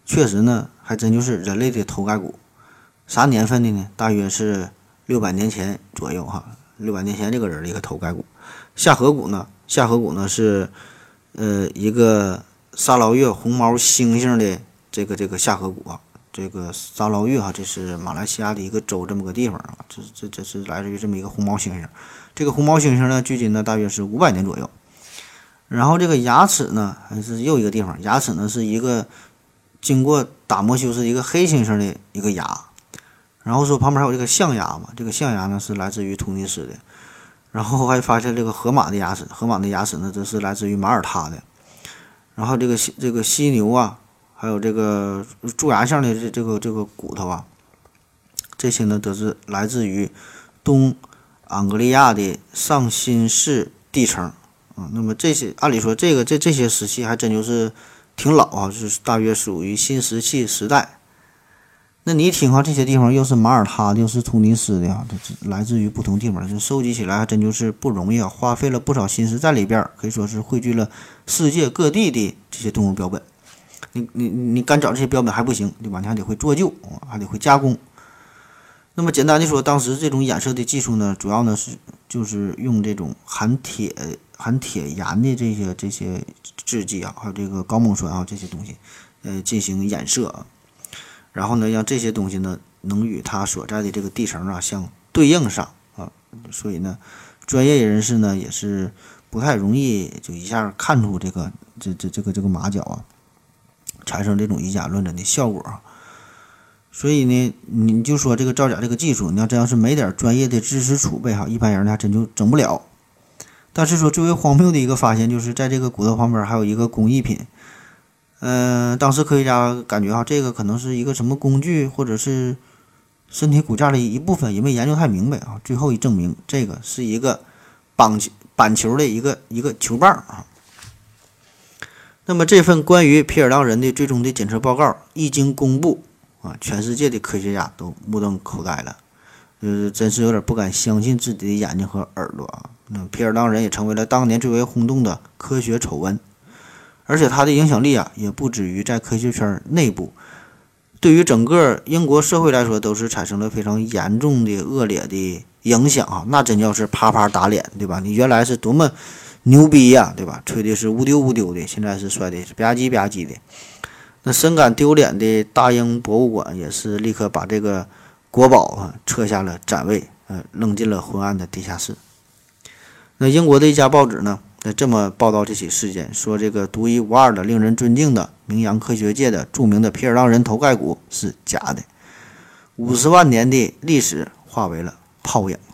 确实呢，还真就是人类的头盖骨。啥年份的呢？大约是600年前左右哈，600年前这个人的一个头盖骨。下颌骨呢？下颌骨呢是一个沙捞越红毛猩猩的这个下颌骨啊。这个沙捞越这是马来西亚的一个州，这么个地方啊，这是来自于这么一个红毛猩猩。这个红毛猩猩呢，距今呢大约是500年左右。然后这个牙齿呢，还是又一个地方，牙齿呢是一个经过打磨修饰一个黑猩猩的一个牙。然后说旁边还有这个象牙嘛，这个象牙呢是来自于突尼斯的。然后还发现这个河马的牙齿，河马的牙齿呢这是来自于马耳他的。然后这个犀牛啊，还有这个蛀牙象的这个骨头啊，这些呢都是来自于东安格利亚的上新世地层啊。那么这些按理说这些时期还真就是挺老啊，就是大约属于新石器时代。那你一听这些地方又是马耳他的，又是突尼斯的啊，这来自于不同地方，这收集起来还真就是不容易啊，花费了不少心思在里边，可以说是汇聚了世界各地的这些动物标本。你干找这些标本还不行，对吧？你还得会做旧，还得会加工。那么简单的说，当时这种染色的技术呢，主要呢就是用这种含铁盐的这些制剂啊，还有这个高锰酸啊这些东西，进行染色啊。然后呢，让这些东西呢能与它所在的这个地层啊相对应上啊，所以呢，专业人士呢也是不太容易就一下看出这个马脚啊，产生这种以假乱真的效果啊。所以呢，你就说这个造假这个技术，你要真要是没点专业的知识储备哈，一般人还真就整不了。但是说最为荒谬的一个发现，就是在这个骨头旁边还有一个工艺品。当时科学家感觉这个可能是一个什么工具，或者是身体骨架的一部分，也没研究太明白啊。最后一证明，这个是一个板球的一个球棒啊。那么这份关于皮尔当人的最终的检测报告一经公布啊，全世界的科学家都目瞪口呆了，真是有点不敢相信自己的眼睛和耳朵啊。那皮尔当人也成为了当年最为轰动的科学丑闻。而且它的影响力啊，也不止于在科学圈内部，对于整个英国社会来说，都是产生了非常严重的恶劣的影响啊！那真叫是啪啪打脸，对吧？你原来是多么牛逼呀，对吧？吹的是乌丢乌丢的，现在是摔的是吧唧吧唧的。那深感丢脸的大英博物馆也是立刻把这个国宝撤下了展位，扔进了昏暗的地下室。那英国的一家报纸呢，这么报道这起事件，说这个独一无二的、令人尊敬的、名扬科学界的著名的皮尔当人头盖骨是假的，50万年的历史化为了泡影。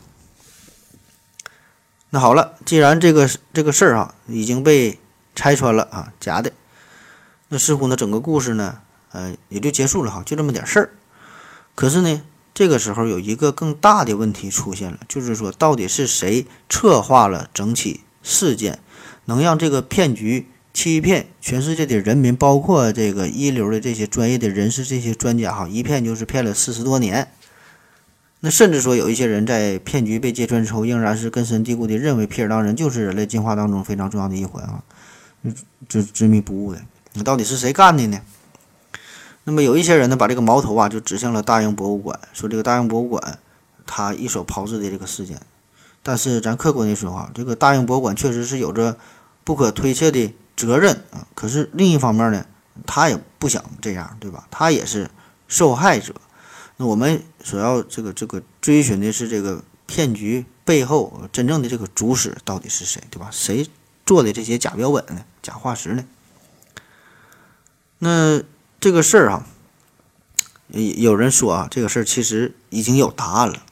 那好了，既然这个事儿已经被拆穿了啊，假的，那似乎呢整个故事呢，也就结束了就这么点事儿。可是呢，这个时候有一个更大的问题出现了，就是说到底是谁策划了整起事件，能让这个骗局欺骗全世界的人民，包括这个一流的这些专业的人士、这些专家一骗就是骗了40多年。那甚至说有一些人在骗局被揭穿之后，仍然是根深蒂固地认为皮尔当人就是人类进化当中非常重要的一环这执迷不悟的。那到底是谁干的呢？那么有一些人呢，把这个矛头就指向了大英博物馆，说这个大英博物馆他一手炮制的这个事件。但是咱客观地说这个大英博物馆确实是有着不可推卸的责任啊。可是另一方面呢，他也不想这样，对吧？他也是受害者。那我们所要这个追寻的是这个骗局背后真正的这个主使到底是谁，对吧？谁做的这些假标本呢？假化石呢？那这个事儿有人说这个事儿其实已经有答案了，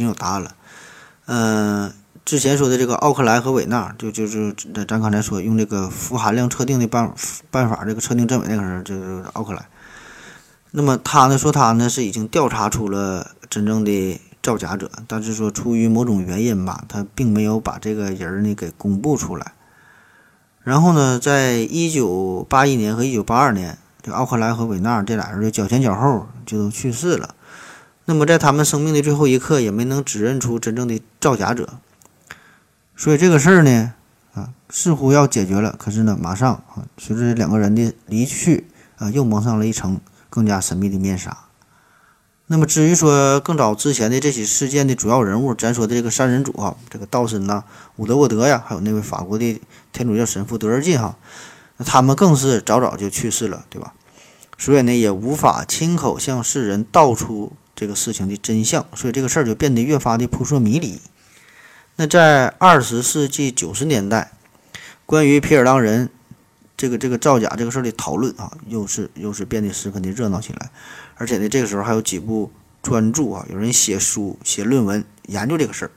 之前说的这个奥克莱和韦纳，就是咱刚才说用这个氟含量测定的办法，这个测定真伪那个人，就是奥克莱。那么他呢是已经调查出了真正的造假者，但是说出于某种原因吧，他并没有把这个人呢给公布出来。然后呢，在1981年和1982年，这奥克莱和韦纳这俩人就脚前脚后就都去世了。那么在他们生命的最后一刻，也没能指认出真正的造假者。所以这个事儿呢，似乎要解决了。可是呢，马上随着两个人的离去， 又蒙上了一层更加神秘的面纱。那么至于说更早之前的这起事件的主要人物，咱说的这个三人组这个道森呐、伍德沃德呀，还有那位法国的天主教神父德尔进那他们更是早早就去世了，对吧？所以呢，也无法亲口向世人道出这个事情的真相，所以这个事儿就变得越发的扑朔迷离。那在20世纪90年代，关于皮尔当人这个造假这个事儿的讨论又是变得十分的热闹起来。而且呢，这个时候还有几部专著有人写书写论文研究这个事儿，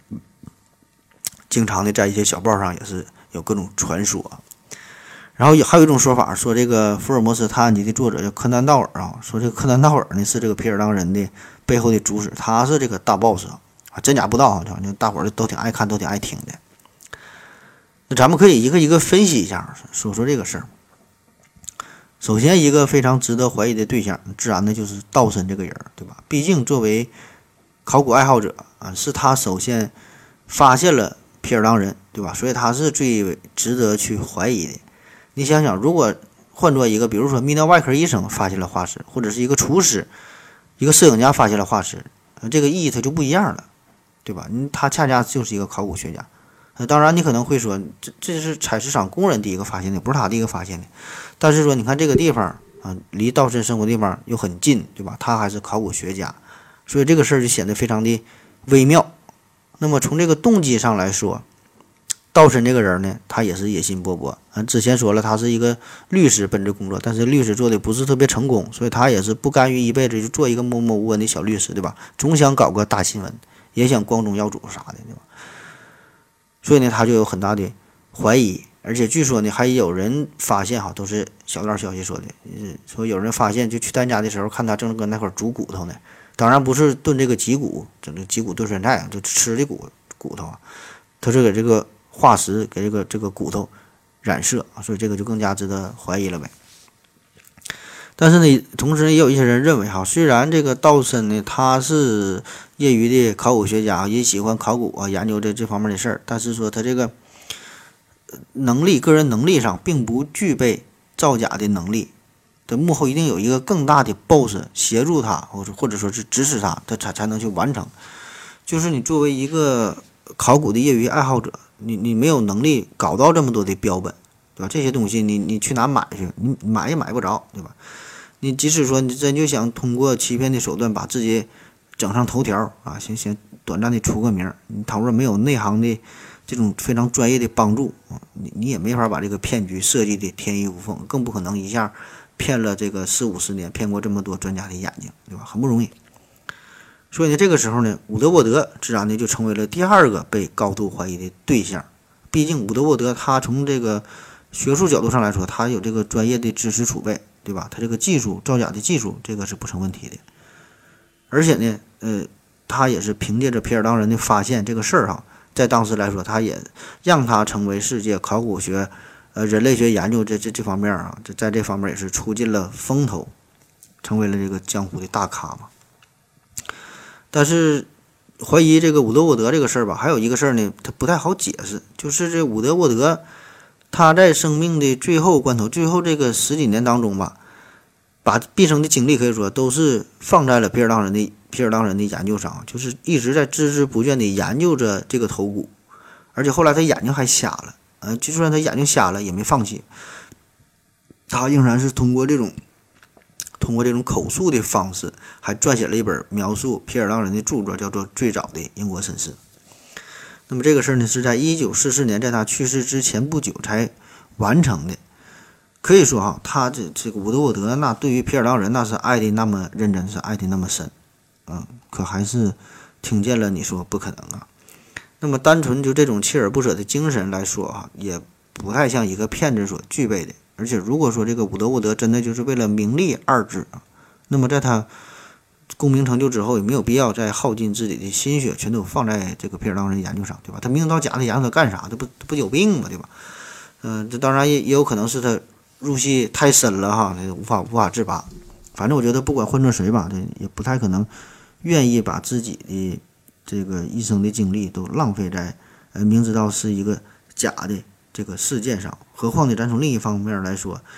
经常的在一些小报上也是有各种传说。然后还有一种说法，说这个福尔摩斯探案集的作者叫柯南道尔说这个柯南道尔呢是这个皮尔当人的背后的主使，他是这个大 boss 真假不知道大伙儿都挺爱看都挺爱听的。那咱们可以一个一个分析一下，说说这个事儿。首先，一个非常值得怀疑的对象，自然的就是道森这个人，对吧？毕竟作为考古爱好者是他首先发现了皮尔当人，对吧？所以他是最值得去怀疑的。你想想，如果换做一个，比如说泌尿外科医生发现了化石，或者是一个厨师、一个摄影家发现了化石，这个意义它就不一样了，对吧？他恰恰就是一个考古学家。当然，你可能会说，这是采石场工人第一个发现的，不是他第一个发现的。但是说，你看这个地方离道森生活地方又很近，对吧？他还是考古学家，所以这个事儿就显得非常的微妙。那么从这个动机上来说，道森这个人呢，他也是野心勃勃。之前说了，他是一个律师本职工作，但是律师做的不是特别成功，所以他也是不甘于一辈子就做一个默默无闻的小律师，对吧？总想搞个大新闻，也想光宗耀祖啥的，对吧？所以呢，他就有很大的怀疑，而且据说呢，还有人发现都是小道消息说的，说有人发现就去他家的时候，看他正搁那块煮骨头呢，当然不是炖这个脊骨，整个脊骨炖酸菜就吃的骨头他是给这个化石给这个骨头染色所以这个就更加值得怀疑了呗。但是呢，同时也有一些人认为虽然这个道森呢他是业余的考古学家，也喜欢考古研究这方面的事儿，但是说他这个个人能力上并不具备造假的能力，这幕后一定有一个更大的 boss 协助他，或者说是指使他才能去完成。就是你作为一个考古的业余爱好者，你没有能力搞到这么多的标本，对吧？这些东西你去哪买去？你买也买不着，对吧？你即使说你真就想通过欺骗的手段把自己整上头条行短暂的出个名，你倘若没有内行的这种非常专业的帮助你也没法把这个骗局设计的天衣无缝，更不可能一下骗了这个40-50年，骗过这么多专家的眼睛，对吧？很不容易。所以呢，这个时候呢，伍德沃德自然的就成为了第二个被高度怀疑的对象。毕竟伍德沃德他从这个学术角度上来说，他有这个专业的知识储备，对吧？他这个技术造假的技术，这个是不成问题的。而且呢，他也是凭借着皮尔当人的发现这个事儿在当时来说，他也让他成为世界考古学、人类学研究这方面在这方面也是出尽了风头，成为了这个江湖的大咖嘛。但是怀疑这个伍德沃德这个事儿吧，还有一个事儿呢，他不太好解释，就是这伍德沃德他在生命的最后关头，最后这个10几年当中吧，把毕生的精力可以说都是放在了皮尔当人的研究上，就是一直在孜孜不倦地研究着这个头骨，而且后来他眼睛还瞎了，就算他眼睛瞎了也没放弃，他仍然是通过这种口述的方式，还撰写了一本描述皮尔当人的著作，叫做《最早的英国绅士》。那么这个事儿呢，是在1944年，在他去世之前不久才完成的。可以说他这个伍德沃德那对于皮尔当人那是爱的那么认真，是爱的那么深，可还是听见了你说不可能那么单纯就这种锲而不舍的精神来说也不太像一个骗子所具备的。而且如果说这个伍德沃德真的就是为了名利二字那么在他功名成就之后，也没有必要再耗尽自己的心血全都放在这个皮尔当人研究上，对吧？他明知道假的研究他干啥？这不有病吗？对吧？这当然也有可能是他入戏太深了无法自拔。反正我觉得不管换做谁吧，这也不太可能愿意把自己的这个一生的精力都浪费在明知道是一个假的这个事件上。何况呢，咱从另一方面来说，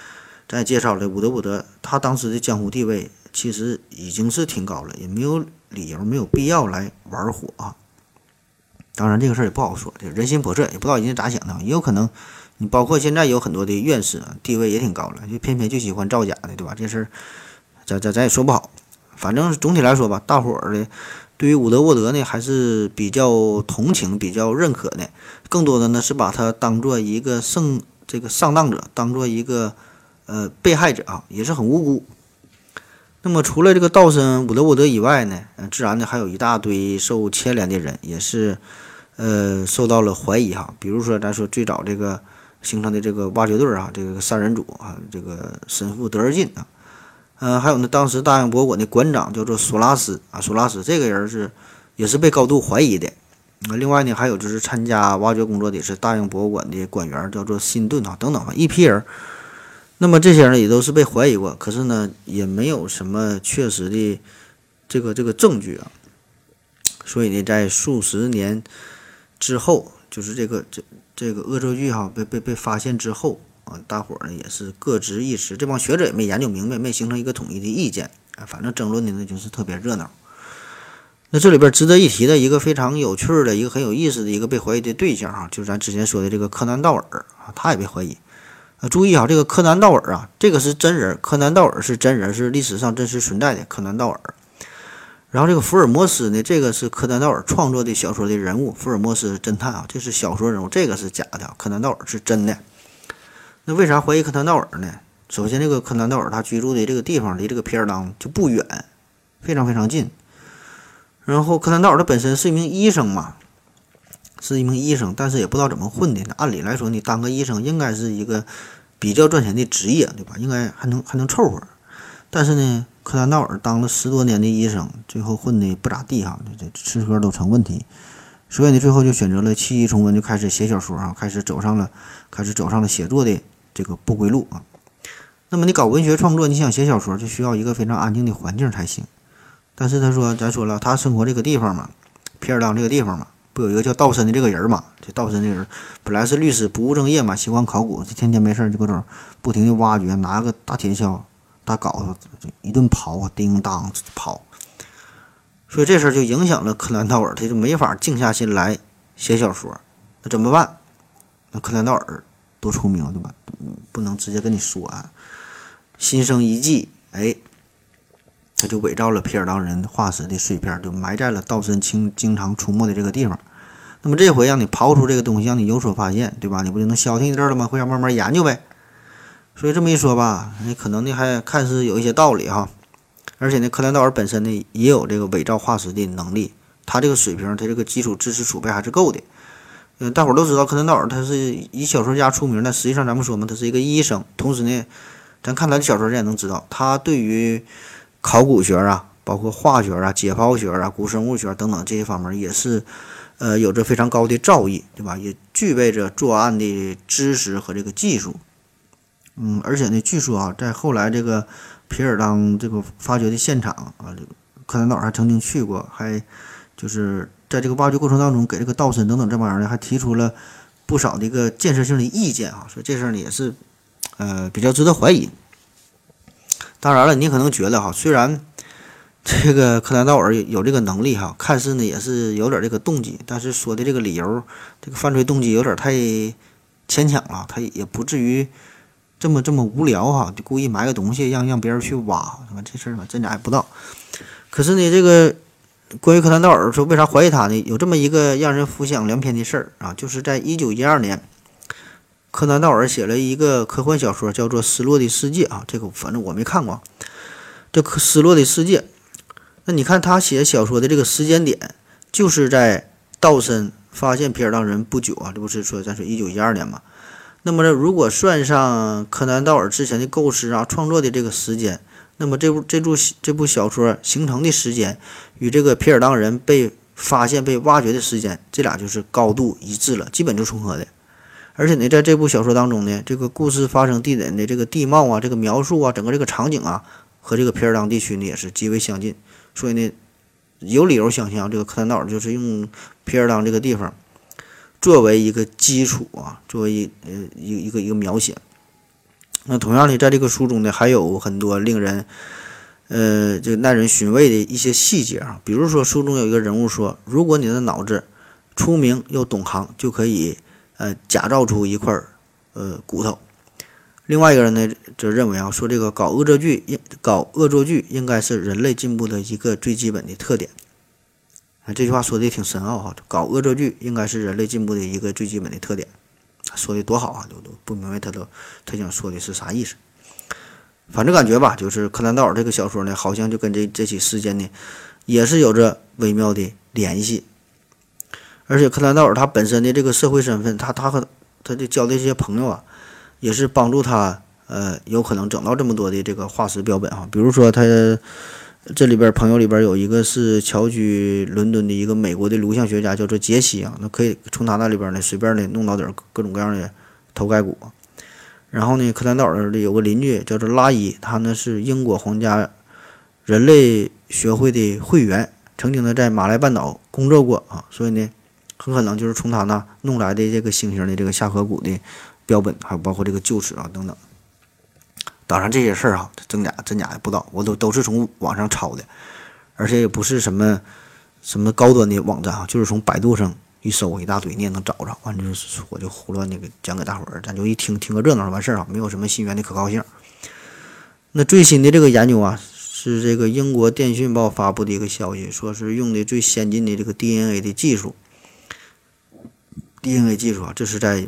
咱也介绍了伍德沃德，他当时的江湖地位其实已经是挺高了，也没有理由没有必要来玩火啊。当然这个事儿也不好说，这人心叵测，也不知道人家咋想的，也有可能你包括现在有很多的院士啊，地位也挺高了，就偏偏就喜欢造假的，对吧？这事儿咱也说不好。反正总体来说吧，大伙儿的对于伍德沃德呢还是比较同情、比较认可的，更多的呢是把他当做一个上当者，当做一个被害者啊，也是很无辜。那么除了这个道森伍德沃德以外呢，自然呢还有一大堆受牵连的人，也是受到了怀疑哈。比如说咱说最早这个形成的这个挖掘队啊，这个三人组啊，这个神父德尔金啊，还有呢当时大英博物馆的馆长叫做索拉斯啊，索拉斯这个人也是被高度怀疑的。另外呢还有就是参加挖掘工作的是大英博物馆的馆员叫做辛顿啊等等一批人。那么这些人也都是被怀疑过，可是呢也没有什么确实的这个证据啊。所以呢在数十年之后，就是这个恶作剧哈被发现之后啊，大伙儿呢也是各执一词，这帮学者也没研究明白，没形成一个统一的意见啊，反正争论的呢就是特别热闹。那这里边值得一提的一个非常有趣的一个很有意思的一个被怀疑的对象啊，就是咱之前说的这个柯南道尔啊，他也被怀疑。注意啊，这个柯南道尔啊，这个是真人，柯南道尔是真人，是历史上真实存在的柯南道尔。然后这个福尔摩斯呢，这个是柯南道尔创作的小说的人物，福尔摩斯侦探啊，这是小说人物，这个是假的，柯南道尔是真的。那为啥怀疑柯南道尔呢？首先，这个柯南道尔他居住的这个地方离这个皮尔当就不远，非常非常近。然后柯南道尔他本身是一名医生嘛，是一名医生，但是也不知道怎么混的。按理来说，你当个医生应该是一个比较赚钱的职业，对吧？应该还能凑合。但是呢，柯南道尔当了10多年的医生，最后混的不咋地哈，这吃喝都成问题。所以呢，最后就选择了弃医从文，就开始写小说啊，开始走上了写作的这个不归路啊。那么你搞文学创作，你想写小说，就需要一个非常安静的环境才行。但是咱说了，他生活这个地方嘛，皮尔当这个地方嘛，不有一个叫道森的这个人嘛？这道森这个人本来是律师，不务正业嘛，喜欢考古，天天没事就搁这不停的挖掘，拿个大铁锹、大镐子一顿刨啊，叮当刨。所以这事儿就影响了柯南道尔，他就没法静下心来写小说。那怎么办？那柯南道尔多出名对吧？不能直接跟你说啊。心生一计，他就伪造了皮尔当人化石的碎片，就埋在了道森经常出没的这个地方。那么这回让你刨出这个东西，让你有所发现，对吧？你不就能消停一阵了吗？回家慢慢研究呗。所以这么一说吧，可能呢还看似有一些道理哈。而且呢，柯南道尔本身呢也有这个伪造化石的能力，他这个水平，他这个基础知识储备还是够的。大伙儿都知道柯南道尔他是以小说家出名的，实际上咱们说嘛，他是一个医生。同时呢，咱看他的小说，咱也能知道，他对于考古学啊，包括化学啊、解剖学啊、古生物学等等这些方面，也是有着非常高的造诣，对吧？也具备着作案的知识和这个技术。而且呢，据说啊，在后来这个皮尔当这个发掘的现场啊，这个柯南道尔还曾经去过，还就是在这个挖掘过程当中，给这个道森等等这帮人呢，还提出了不少的一个建设性的意见啊，所以这事儿呢也是比较值得怀疑。当然了，你可能觉得哈，虽然这个柯南道尔有这个能力哈，看似呢也是有点这个动机，但是说的这个理由，这个犯罪动机有点太牵强了，他也不至于这么无聊哈，就故意埋个东西让别人去挖，这事儿嘛真假也不知道。可是呢，这个关于柯南道尔说为啥怀疑他呢？有这么一个让人浮想联翩的事儿啊，就是在1912年。柯南道尔写了一个科幻小说，叫做《失落的世界》啊，这个反正我没看过。这《失落的世界》，那你看他写小说的这个时间点，就是在道森发现皮尔当人不久啊，这不是说咱说1912年嘛？那么呢，如果算上柯南道尔之前的构思啊、创作的这个时间，那么这部小说形成的时间与这个皮尔当人被发现、被挖掘的时间，这俩就是高度一致了，基本就重合的。而且呢，在这部小说当中呢，这个故事发生地点的这个地貌啊、这个描述啊、整个这个场景啊，和这个皮尔当地区呢也是极为相近。所以呢，有理由想象这个柯南道尔就是用皮尔当这个地方作为一个基础啊，作为一个描写。 那同样的，在这个书中呢，还有很多令人这个耐人寻味的一些细节啊。比如说，书中有一个人物说，如果你的脑子出名又懂行，就可以假造出一块骨头。另外一个人呢，则认为啊，说这个搞恶作剧应该是人类进步的一个最基本的特点。这句话说的也挺深奥哈，搞恶作剧应该是人类进步的一个最基本的特点，说的多好啊，都不明白他想说的是啥意思。反正感觉吧，就是柯南道尔这个小说呢，好像就跟这起事件呢，也是有着微妙的联系。而且柯南道尔他本身的这个社会身份，他和他的交的这些朋友啊，也是帮助他有可能整到这么多的这个化石标本哈。比如说他这里边朋友里边有一个是侨居伦敦的一个美国的颅相学家，叫做杰西啊，那可以从他那里边呢随便的弄到点各种各样的头盖骨。然后呢，柯南道尔的有个邻居叫做拉伊，他呢是英国皇家人类学会的会员，曾经呢在马来半岛工作过啊，所以呢很可能就是从他那弄来的这个猩猩的这个下颌骨的标本，还有包括这个臼齿啊等等。当然这些事儿啊，真假也不知道，我都是从网上抄的，而且也不是什么高端的网站啊，就是从百度上一搜一大堆，你也能找着。完就是我就胡乱那个讲给大伙儿，咱就一听个热闹完事儿啊，没有什么新源的可靠性。那最新的这个研究啊，是这个英国电讯报发布的一个消息，说是用的最先进的这个 DNA 的技术。DNA 技术啊，这是在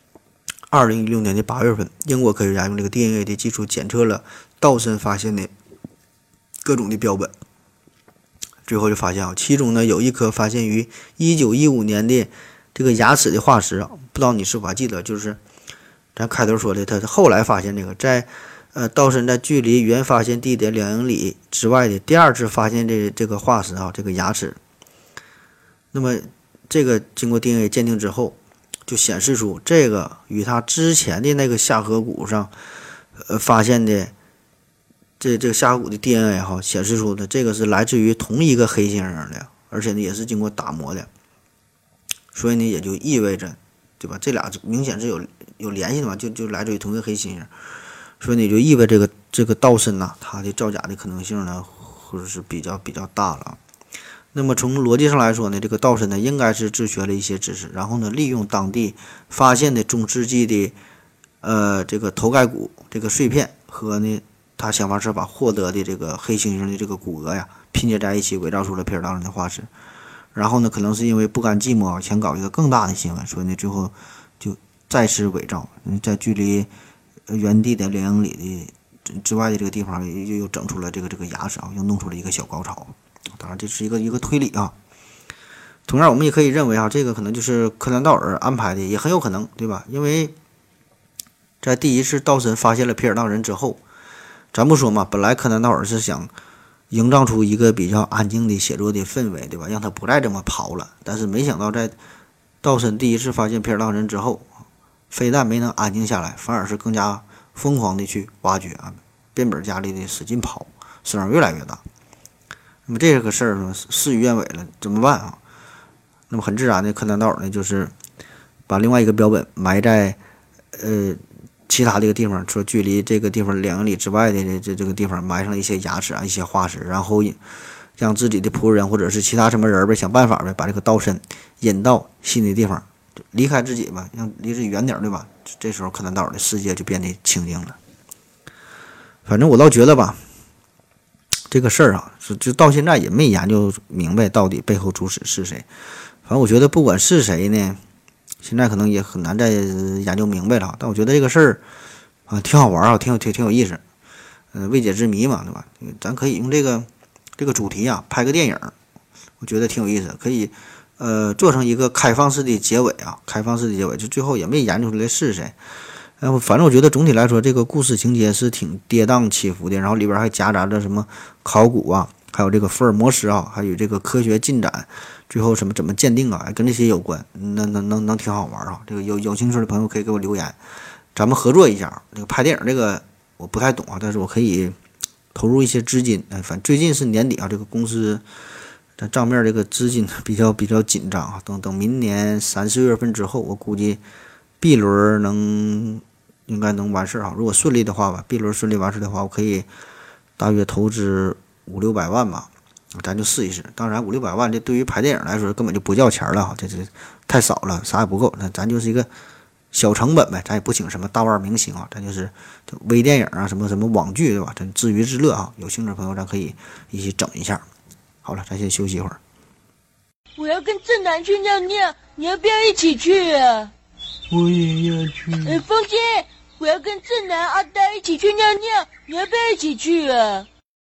2016年的8月份，英国科学家用这个 DNA 的技术检测了道森发现的各种的标本，最后就发现啊，其中呢有一颗发现于1915年的这个牙齿的化石啊，不知道你是否还记得，就是咱开头说的，他后来发现这个在道森在距离原发现地点2英里之外的第二次发现这个化石啊，这个牙齿。那么这个经过 DNA 鉴定之后，就显示出这个与他之前的那个下颌骨上发现的这个下颌骨的 DNA 哈，显示出的这个是来自于同一个黑猩猩的，而且呢也是经过打磨的，所以呢也就意味着，对吧？这俩明显是有联系的嘛，就来自于同一个黑猩猩，所以呢就意味着这个道森呐，它的造假的可能性呢，或者是比较大了。那么从逻辑上来说呢，这个道森呢应该是自学了一些知识，然后呢利用当地发现的中世纪的这个头盖骨这个碎片和呢他想方设法获得的这个黑猩猩的这个骨骼呀拼接在一起，伪造出了皮尔道人的化石。然后呢可能是因为不甘寂寞，想搞一个更大的新闻，所以呢最后就再次伪造，在距离原地的2英里的之外的这个地方又整出了这个牙齿啊，又弄出了一个小高潮。当然这是一个推理啊。同样我们也可以认为啊，这个可能就是柯南道尔安排的，也很有可能，对吧？因为在第一次道森发现了皮尔道人之后，咱不说嘛，本来柯南道尔是想营造出一个比较安静的写作的氛围，对吧？让他不再这么跑了。但是没想到在道森第一次发现皮尔道人之后，非但没能安静下来，反而是更加疯狂的去挖掘啊，变本加厉的使劲跑，声浪越来越大。那么这个事儿事与愿违了，怎么办啊？那么很自然的，柯南道尔呢就是把另外一个标本埋在其他这个地方，说距离这个地方2英里之外的这个地方埋上了一些牙齿啊，一些化石，然后让自己的仆人或者是其他什么人呗，想办法呗，把这个道森引到新的地方，离开自己吧，让离自己远点，对吧？这时候柯南道尔的世界就变得清静了。反正我倒觉得吧，这个事儿啊，就到现在也没研究明白到底背后主使是谁。反正我觉得不管是谁呢，现在可能也很难再研究明白了。但我觉得这个事儿啊挺好玩啊，挺有意思，未解之谜嘛，对吧？咱可以用这个主题啊拍个电影，我觉得挺有意思，可以做成一个开放式的结尾啊，就最后也没研究出来是谁。反正我觉得总体来说，这个故事情节是挺跌宕起伏的，然后里边还夹杂着什么考古啊，还有这个福尔摩斯啊，还有这个科学进展，最后怎么鉴定啊，跟这些有关，能挺好玩啊。这个有兴趣的朋友可以给我留言，咱们合作一下。这个拍电影这个我不太懂啊，但是我可以投入一些资金。反正最近是年底啊，这个公司的账面这个资金比较紧张啊，等明年3、4月份之后，我估计 B 轮能应该能完事儿哈。如果顺利的话吧，B 轮顺利完事的话，我可以大约投资500-600万吧，咱就试一试。当然500-600万这对于拍电影来说根本就不叫钱了哈，这太少了，啥也不够。那咱就是一个小成本呗，咱也不请什么大腕明星啊，咱就是微电影啊，什么网剧对吧？咱自娱自乐啊。有兴趣的朋友咱可以一起整一下。好了，咱先休息一会儿。 我要跟正南去尿尿，你要不要一起去啊？ 我也要去。 风姐，我要跟正南、阿呆一起去尿尿，你要不要一起去啊？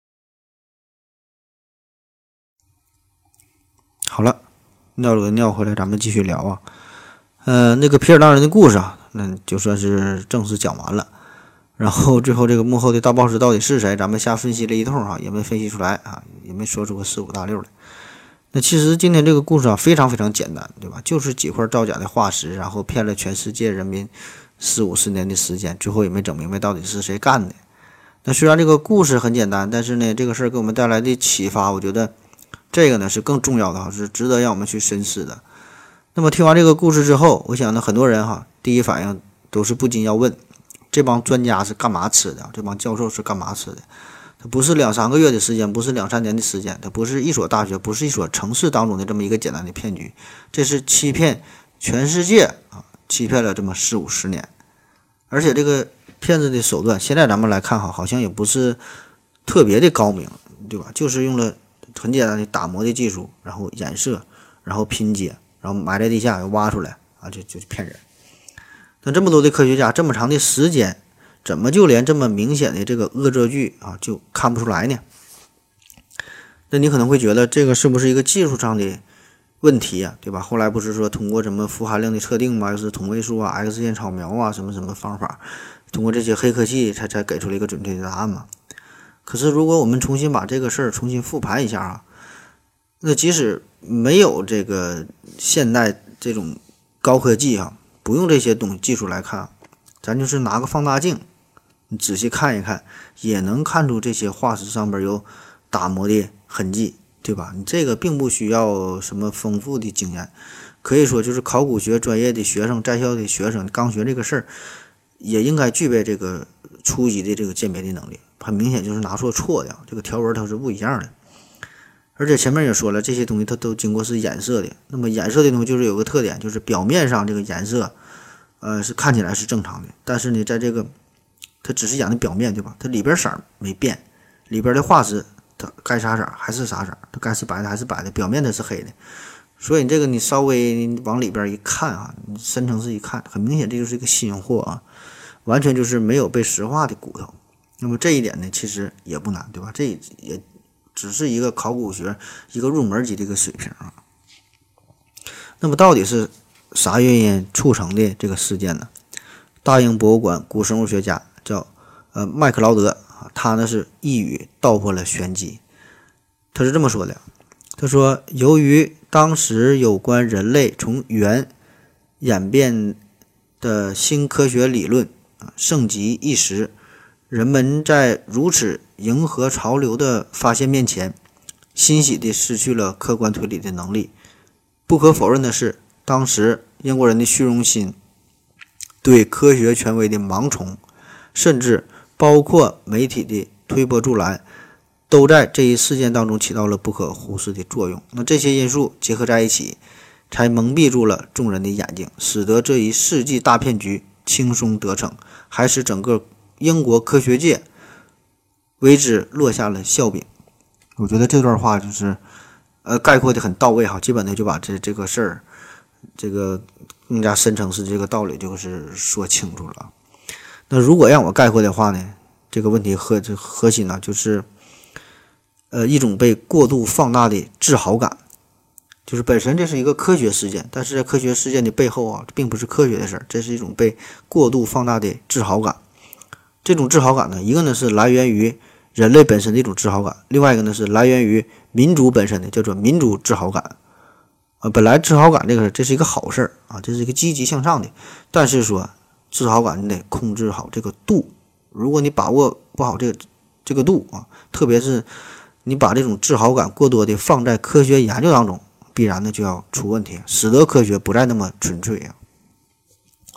好了，尿了个尿回来，咱们继续聊啊。那个皮尔大人的故事啊，那就算是正式讲完了。然后最后这个幕后的大 boss 到底是谁？咱们瞎分析了一通啊，也没分析出来啊，也没说出个4、5大6来。那其实今天这个故事啊，非常非常简单，对吧？就是几块造假的化石，然后骗了全世界人民40-50年的时间，最后也没整明白到底是谁干的。那虽然这个故事很简单，但是呢，这个事儿给我们带来的启发，我觉得这个呢是更重要的哈，是值得让我们去深思的。那么听完这个故事之后，我想呢，很多人哈，第一反应都是不禁要问：这帮专家是干嘛吃的？这帮教授是干嘛吃的？它不是2-3个月的时间，不是2-3年的时间，它不是一所大学，不是一所城市当中的这么一个简单的骗局，这是欺骗全世界啊，欺骗了这么40-50年。而且这个骗子的手段，现在咱们来看好像也不是特别的高明，对吧？就是用了很简单的打磨的技术，然后染色，然后拼接，然后埋在地下又挖出来啊，就骗人。那这么多的科学家，这么长的时间，怎么就连这么明显的这个恶作剧啊就看不出来呢？那你可能会觉得这个是不是一个技术上的问题啊，对吧？后来不是说通过什么富含量的测定嘛，又是同位素啊、X 线扫描啊，什么方法，通过这些黑科技才给出了一个准确的答案嘛。可是如果我们重新把这个事儿重新复盘一下啊，那即使没有这个现代这种高科技啊，不用这些技术来看，咱就是拿个放大镜，你仔细看一看，也能看出这些化石上边有打磨的痕迹，对吧？你这个并不需要什么丰富的经验，可以说就是考古学专业的学生、在校的学生刚学这个事儿，也应该具备这个初级的这个鉴别的能力。很明显就是拿错的，这个条纹它是不一样的。而且前面也说了，这些东西它都经过是染色的。那么染色的东西就是有个特点，就是表面上这个颜色，是看起来是正常的，但是呢，在这个它只是染的表面，对吧？它里边色没变，里边的化石它该啥色还是啥色，它该是白的还是白的，表面它是黑的。所以你这个你稍微往里边一看啊，你深层次一看，很明显这就是一个新货啊，完全就是没有被石化的骨头。那么这一点呢，其实也不难，对吧？这也只是一个考古学一个入门级的一个水平啊。那么到底是啥原因促成的这个事件呢？大英博物馆古生物学家叫麦克劳德啊，他呢是一语道破了玄机。他是这么说的，他说由于当时有关人类从猿演变的新科学理论盛极一时，人们在如此迎合潮流的发现面前，欣喜地失去了客观推理的能力。不可否认的是，当时英国人的虚荣心、对科学权威的盲从，甚至包括媒体的推波助澜，都在这一事件当中起到了不可忽视的作用。那这些因素结合在一起，才蒙蔽住了众人的眼睛，使得这一世纪大骗局轻松得逞，还使整个英国科学界为之落下了笑柄。我觉得这段话就是概括的很到位哈，基本的就把这个事儿，这个更加深层次这个道理就是说清楚了。那如果让我概括的话呢，这个问题核心呢就是一种被过度放大的自豪感。就是本身这是一个科学事件，但是在科学事件的背后啊，并不是科学的事儿，这是一种被过度放大的自豪感。这种自豪感呢，一个呢是来源于人类本身的一种自豪感，另外一个呢是来源于民族本身的，叫做民族自豪感。本来自豪感这是一个好事啊，这是一个积极向上的，但是说自豪感你得控制好这个度。如果你把握不好这个度啊，特别是你把这种自豪感过多的放在科学研究当中，必然的就要出问题，使得科学不再那么纯粹啊。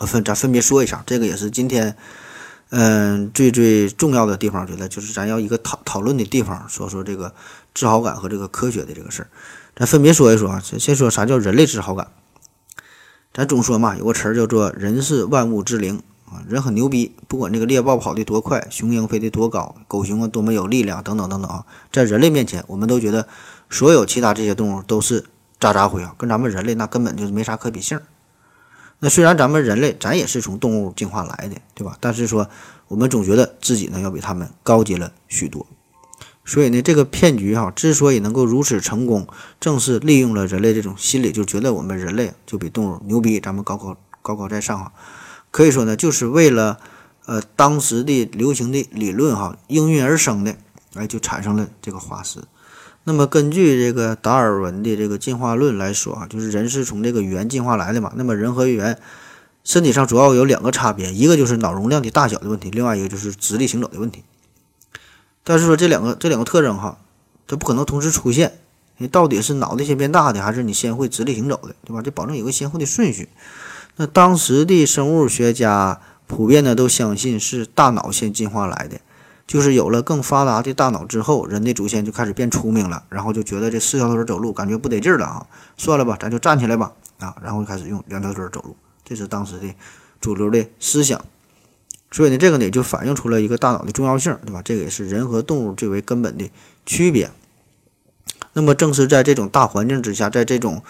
咱分别说一下，这个也是今天最重要的地方，觉得就是咱要一个讨论的地方，说这个自豪感和这个科学的这个事儿，咱分别说一说啊。先说啥叫人类自豪感。咱总说嘛，有个词儿叫做人是万物之灵啊，人很牛逼，不管这个猎豹跑得多快，雄鹰飞得多高，狗熊啊多么有力量，等等等等啊，在人类面前，我们都觉得所有其他这些动物都是渣渣灰啊，跟咱们人类那根本就是没啥可比性。那虽然咱们人类咱也是从动物进化来的，对吧？但是说我们总觉得自己呢要比他们高级了许多。所以呢，这个骗局之所以能够如此成功，正是利用了人类这种心理，就觉得我们人类就比动物牛逼，咱们高高在上可以说呢，就是为了当时的流行的理论应运而生的，就产生了这个化石。那么根据这个达尔文的这个进化论来说就是人是从这个猿进化来的嘛。那么人和猿身体上主要有2个差别，一个就是脑容量的大小的问题，另外一个就是直立行走的问题。但是说这两个特征它不可能同时出现，你到底是脑袋先变大的，还是你先会直立行走的，对吧？这保证有个先后的顺序。那当时的生物学家普遍呢都相信是大脑先进化来的，就是有了更发达的大脑之后，人的祖先就开始变聪明了，然后就觉得这4条腿走路感觉不得劲儿了算了吧，咱就站起来吧然后开始用2条腿走路，这是当时的主流的思想。所以呢，这个呢就反映出了一个大脑的重要性，对吧？这个也是人和动物最为根本的区别。那么正是在这种大环境之下，在这种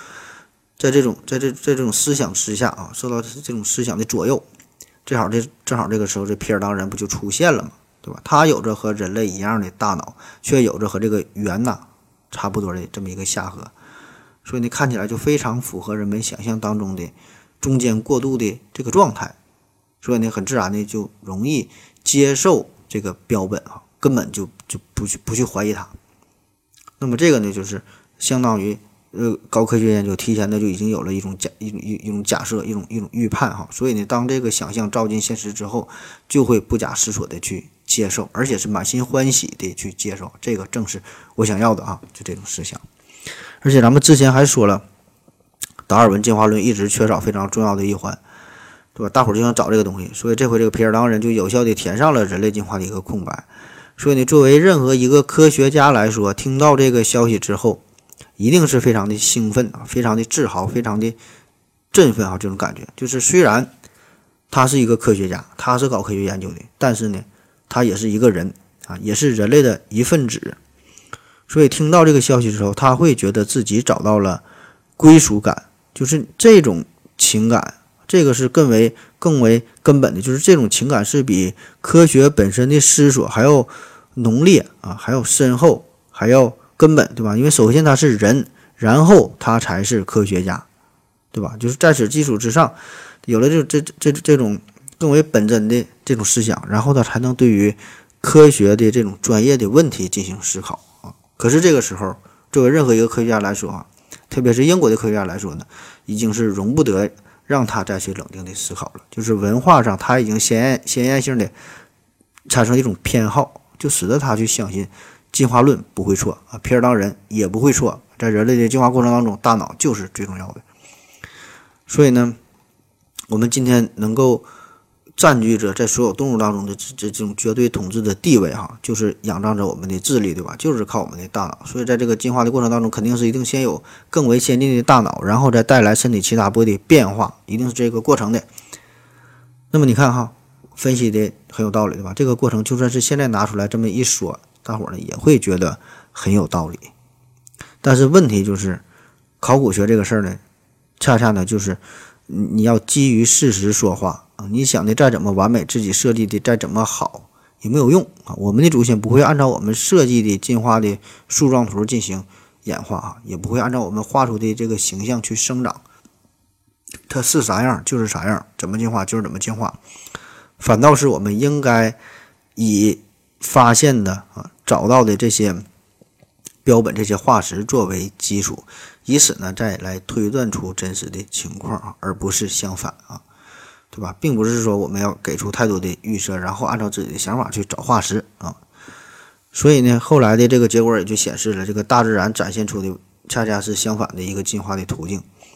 思想之下受到这种思想的左右，正好这个时候这皮尔当人不就出现了嘛，对吧？他有着和人类一样的大脑，却有着和这个猿差不多的这么一个下颌，所以呢看起来就非常符合人们想象当中的中间过渡的这个状态。所以呢，很自然的就容易接受这个标本根本就不去怀疑它。那么这个呢，就是相当于高科学研究提前的就已经有了一种假设，一种预判所以呢，当这个想象照进现实之后，就会不假思索的去接受，而且是满心欢喜的去接受。这个正是我想要的就这种思想。而且咱们之前还说了，达尔文进化论一直缺少非常重要的一环。对吧？大伙儿就想找这个东西，所以这回这个皮尔当人就有效地填上了人类进化的一个空白。所以呢，作为任何一个科学家来说，听到这个消息之后，一定是非常的兴奋非常的自豪，非常的振奋这种感觉。就是虽然他是一个科学家，他是搞科学研究的，但是呢，他也是一个人也是人类的一份子。所以听到这个消息之后，他会觉得自己找到了归属感，就是这种情感。这个是更为根本的，就是这种情感是比科学本身的思索还要浓烈还要深厚，还要根本，对吧？因为首先他是人，然后他才是科学家，对吧？就是在此基础之上，有了这种更为本真的这种思想，然后他才能对于科学的这种专业的问题进行思考可是这个时候，作为任何一个科学家来说特别是英国的科学家来说呢，已经是容不得让他再去冷静的思考了。就是文化上他已经鲜艳性的产生一种偏好，就使得他去相信进化论不会错皮尔当人也不会错，在人类的进化过程当中，大脑就是最重要的。所以呢，我们今天能够占据着在所有动物当中的这种绝对统治的地位就是仰仗着我们的智力，对吧？就是靠我们的大脑。所以在这个进化的过程当中，肯定是一定先有更为先进的大脑，然后再带来身体其他部位的变化，一定是这个过程的。那么你看分析的很有道理，对吧？这个过程就算是现在拿出来这么一说，大伙儿呢也会觉得很有道理。但是问题就是考古学这个事儿呢，恰恰呢就是你要基于事实说话你想的再怎么完美，自己设计的再怎么好也没有用我们的祖先不会按照我们设计的进化的树状图进行演化也不会按照我们画出的这个形象去生长，它是啥样就是啥样，怎么进化就是怎么进化。反倒是我们应该以发现的找到的这些标本，这些化石作为基础，以此呢再来推断出真实的情况而不是相反对吧？并不是说我们要给出太多的预设，然后按照自己的想法去找化石所以呢，后来的这个结果也就显示了，这个大自然展现出的恰恰是相反的一个进化的途径。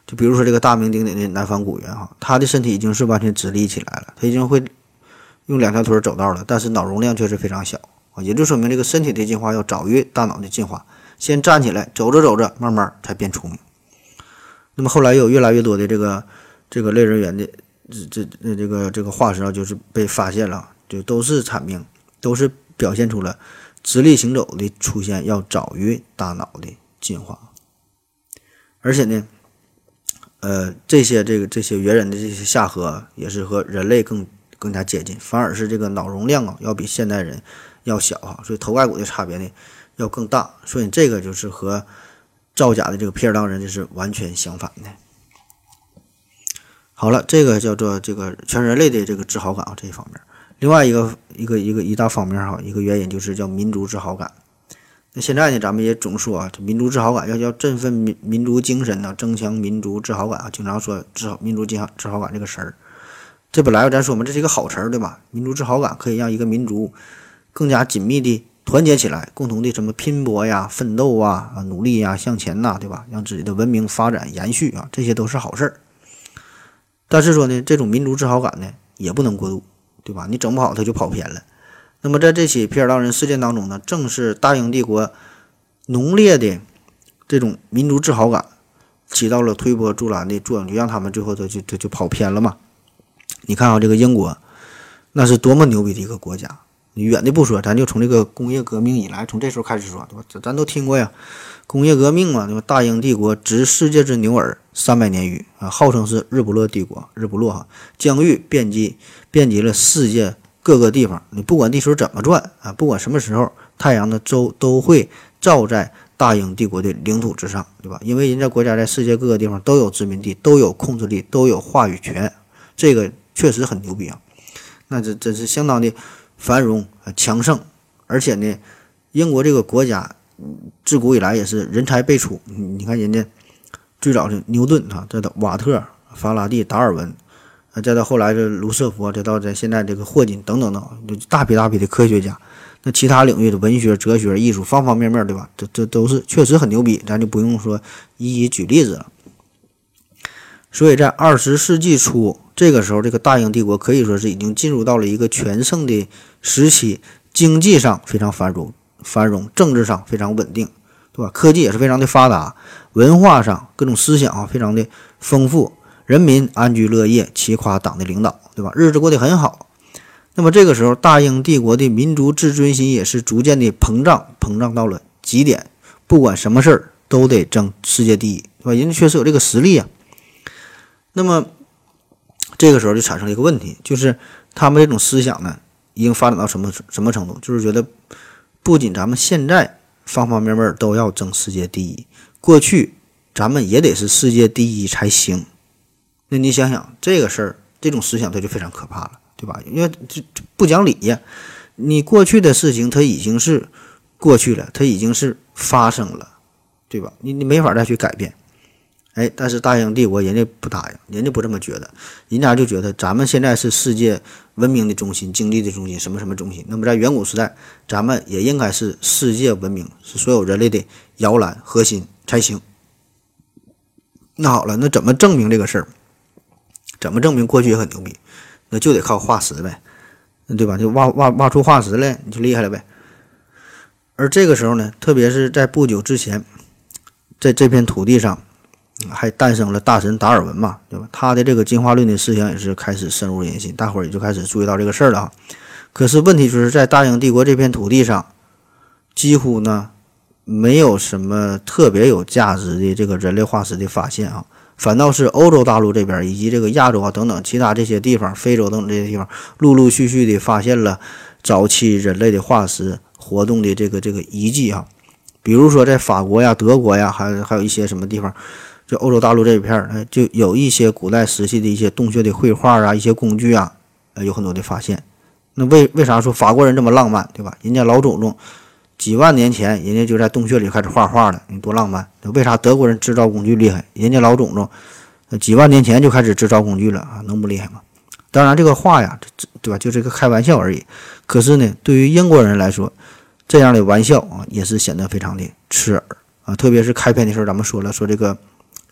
就比如说这个大名鼎鼎的南方古猿哈，他的身体已经是完全直立起来了，他已经会用2条腿走道了，但是脑容量却是非常小啊，也就说明这个身体的进化要早于大脑的进化，先站起来，走着走着，慢慢才变聪明。那么后来有越来越多的这个类人猿的这个化石啊，就是被发现了，就都是阐明，都是表现出了直立行走的出现要早于大脑的进化。而且呢，这些猿人的这些下颌也是和人类更加接近，反而是这个脑容量啊要比现代人要小啊，所以头盖骨的差别呢要更大，所以这个就是和造假的这个皮尔当人这是完全相反的。好了，这个叫做这个全人类的这个自豪感啊这一方面。另外一大方面哈，一个原因就是叫民族自豪感。那现在呢，咱们也总说啊，这民族自豪感要振奋民族精神呢，增强民族自豪感啊，经常说民族自豪感这个词儿。这本来咱说嘛，这是一个好词儿，对吧？民族自豪感可以让一个民族更加紧密的团结起来，共同的什么拼搏呀、奋斗啊、努力呀、向前呐，对吧？让自己的文明发展延续啊，这些都是好事儿。但是说呢，这种民族自豪感呢也不能过度，对吧？你整不好它就跑偏了。那么在这起皮尔当人事件当中呢，正是大英帝国浓烈的这种民族自豪感起到了推波助澜的作用，就让他们最后他就跑偏了嘛。你看啊，这个英国那是多么牛逼的一个国家，你远的不说，咱就从这个工业革命以来，从这时候开始说，对吧？咱都听过呀，工业革命嘛，对吧？大英帝国执世界之牛耳300年余啊，号称是日不落帝国，日不落哈，疆域遍及了世界各个地方。你不管地球怎么转啊，不管什么时候，太阳的周都会照在大英帝国的领土之上，对吧？因为人家国家在世界各个地方都有殖民地，都有控制力，都有话语权，这个确实很牛逼啊。那这真是相当的繁荣强盛，而且呢，英国这个国家自古以来也是人才辈出。你看人家最早是牛顿啊，再到瓦特、法拉第、达尔文，再到后来的卢瑟福，再到现在这个霍金等等等，就大批的科学家。那其他领域的文学、哲学、艺术，方方面面，对吧？这都是确实很牛逼，咱就不用说一一举例子了。所以在20世纪初，这个时候，这个大英帝国可以说是已经进入到了一个全盛的时期，经济上非常繁荣，政治上非常稳定，对吧？科技也是非常的发达，文化上各种思想啊非常的丰富，人民安居乐业，齐夸党的领导，对吧？日子过得很好。那么这个时候，大英帝国的民族自尊心也是逐渐的膨胀到了极点，不管什么事儿都得争世界第一，对吧？人家确实有这个实力啊。那么这个时候就产生了一个问题，就是他们这种思想呢，已经发展到什么程度？就是觉得不仅咱们现在方方面面都要争世界第一，过去咱们也得是世界第一才行。那你想想这个事儿，这种思想它就非常可怕了，对吧？因为这不讲理呀，你过去的事情它已经是过去了，它已经是发生了，对吧？你没法再去改变。但是大英帝国人家不答应，人家不这么觉得，人家就觉得咱们现在是世界文明的中心、经济的中心、什么中心。那么在远古时代，咱们也应该是世界文明，是所有人类的摇篮核心才行。那好了，那怎么证明这个事儿？怎么证明过去也很牛逼？那就得靠化石呗，对吧？就挖出化石来，你就厉害了呗。而这个时候呢，特别是在不久之前，在这片土地上还诞生了大神达尔文嘛，对吧？他的这个进化论的思想也是开始深入人心，大伙儿也就开始注意到这个事儿了啊。可是问题就是在大英帝国这片土地上，几乎呢没有什么特别有价值的这个人类化石的发现啊，反倒是欧洲大陆这边以及这个亚洲啊等等其他这些地方，非洲等这些地方，陆续的发现了早期人类的化石活动的这个遗迹啊。比如说在法国呀、德国呀，还有一些什么地方，就欧洲大陆这一片就有一些古代时期的一些洞穴的绘画啊，一些工具啊，有很多的发现。那为啥说法国人这么浪漫，对吧？人家老祖宗几万年前人家就在洞穴里开始画画了，你多浪漫。为啥德国人制造工具厉害？人家老祖宗几万年前就开始制造工具了啊，能不厉害吗？当然这个话呀，对吧，就是个开玩笑而已。可是呢，对于英国人来说，这样的玩笑啊，也是显得非常的刺耳啊。特别是开篇的时候咱们说这个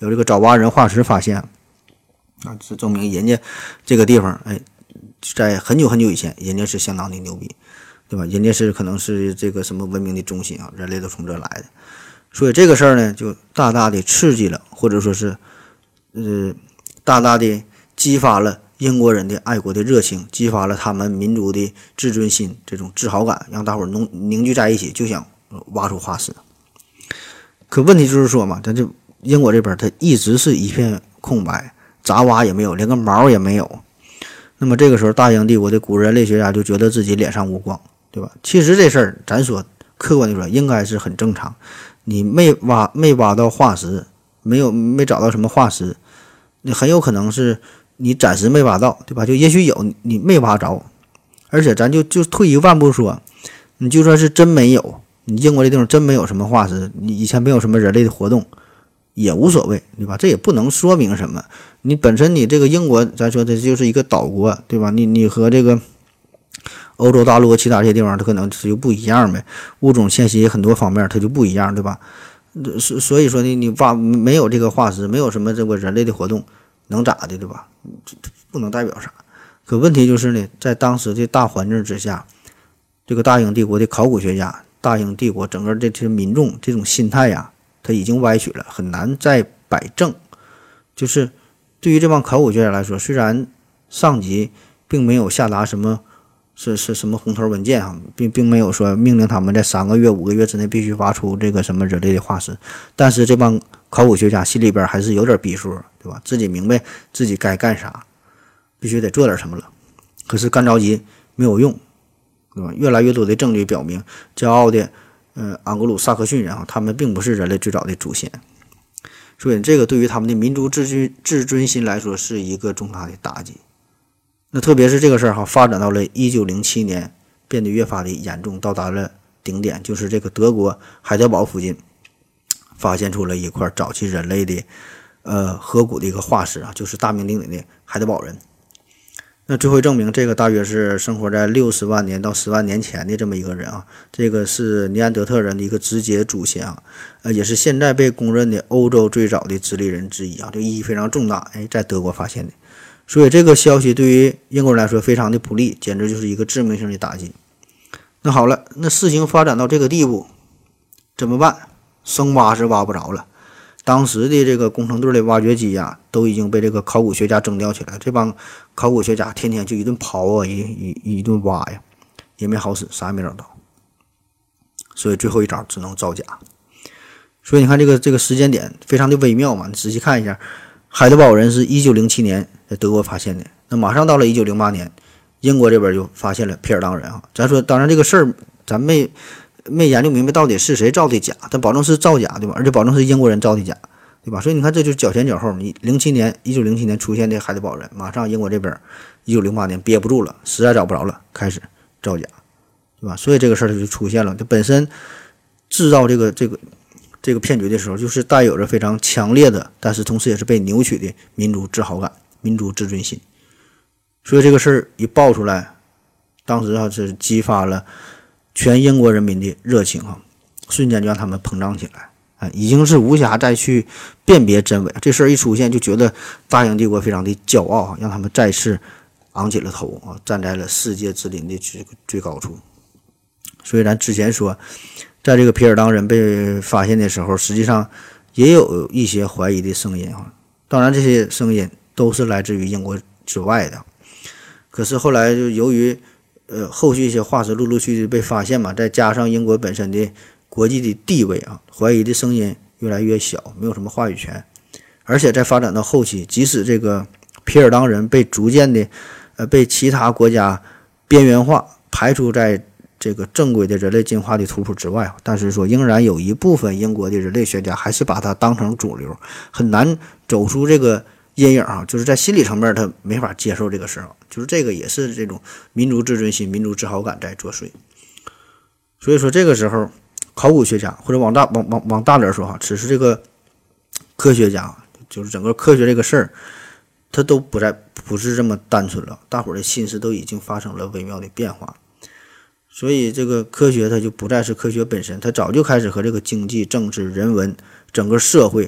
有这个爪哇人化石发现啊，这证明人家这个地方，哎，在很久很久以前，人家是相当的牛逼，对吧？人家是可能是这个什么文明的中心啊，人类都从这来的。所以这个事儿呢，就大大的刺激了，或者说是，大大的激发了英国人的爱国的热情，激发了他们民族的自尊心，这种自豪感，让大伙儿凝聚在一起，就想挖出化石。可问题就是说嘛，咱这英国这边它一直是一片空白，咋挖也没有，连个毛也没有。那么这个时候，大英帝国的古人类学家就觉得自己脸上无光，对吧？其实这事儿咱说客观的说，应该是很正常。你没挖到化石，没找到什么化石，你很有可能是你暂时没挖到，对吧？就也许有你没挖着，而且咱就退一万步说，你就算是真没有，你英国这地方真没有什么化石，你以前没有什么人类的活动，也无所谓，对吧？这也不能说明什么。你本身你这个英国，咱说这就是一个岛国，对吧？你和这个欧洲大陆和其他这些地方它可能就不一样呗，物种迁徙很多方面它就不一样，对吧？所以说你挖没有这个化石，没有什么这个人类的活动，能咋的，对吧？这不能代表啥。可问题就是呢，在当时的大环境之下，这个大英帝国的考古学家，大英帝国整个这些民众这种心态呀，它已经歪曲了，很难再摆正。就是对于这帮考古学家来说，虽然上级并没有下达什么是什么红头文件啊，并没有说命令他们在3个月、5个月之内必须挖出这个什么人类的化石，但是这帮考古学家心里边还是有点逼数，对吧？自己明白自己该干啥，必须得做点什么了。可是干着急没有用，对吧？越来越多的证据表明，骄傲的盎格鲁撒克逊人啊，他们并不是人类最早的祖先，所以这个对于他们的民族自尊心来说是一个重大的打击。那特别是这个事儿哈，发展到了1907年，变得越发的严重，到达了顶点，就是这个德国海德堡附近发现出了一块早期人类的颌骨的一个化石啊，就是大名鼎鼎的海德堡人。那最后证明，这个大约是生活在60万年到10万年前的这么一个人啊，这个是尼安德特人的一个直接祖先啊，也是现在被公认的欧洲最早的直立人之一啊，这意义非常重大。在德国发现的。所以这个消息对于英国人来说非常的不利，简直就是一个致命性的打击。那好了，那事情发展到这个地步怎么办？生挖是挖不着了，当时的这个工程队的挖掘机呀，都已经被这个考古学家征调起来，这帮考古学家天天就一顿刨啊，一顿挖呀，也没好使，啥也没找到。所以最后一招只能造假。所以你看这个时间点非常的微妙嘛，你仔细看一下，海德堡人是1907年在德国发现的，那马上到了1908年，英国这边就发现了皮尔当人啊。咱说，当然这个事儿咱没研究明白到底是谁造的假，但保证是造假，对吧？而且保证是英国人造的假，对吧？所以你看，这就是脚前脚后。你1907年出现的海德堡人，马上英国这边1908年憋不住了，实在找不着了，开始造假，对吧？所以这个事儿就出现了。它本身制造这个骗局的时候，就是带有着非常强烈的，但是同时也是被扭曲的民族自豪感、民族自尊心。所以这个事儿一爆出来，当时是激发了全英国人民的热情瞬间就让他们膨胀起来，已经是无暇再去辨别真伪。这事儿一出现，就觉得大英帝国非常的骄傲，让他们再次昂起了头站在了世界之林的最高处。所以咱之前说，在这个皮尔当人被发现的时候，实际上也有一些怀疑的声音当然这些声音都是来自于英国之外的。可是后来就由于后续一些化石陆续的被发现嘛，再加上英国本身的国际的地位怀疑的声音越来越小，没有什么话语权。而且在发展到后期，即使这个皮尔当人被逐渐的被其他国家边缘化，排除在这个正规的人类进化的图谱之外，但是说仍然有一部分英国的人类学家还是把它当成主流，很难走出这个阴影就是在心理层面他没法接受这个事儿就是这个也是这种民族自尊心、民族自豪感在作祟。所以说这个时候，考古学家或者往大点说此时这个科学家，就是整个科学这个事儿，它都不是这么单纯了，大伙儿的心思都已经发生了微妙的变化。所以这个科学它就不再是科学本身，它早就开始和这个经济、政治、人文整个社会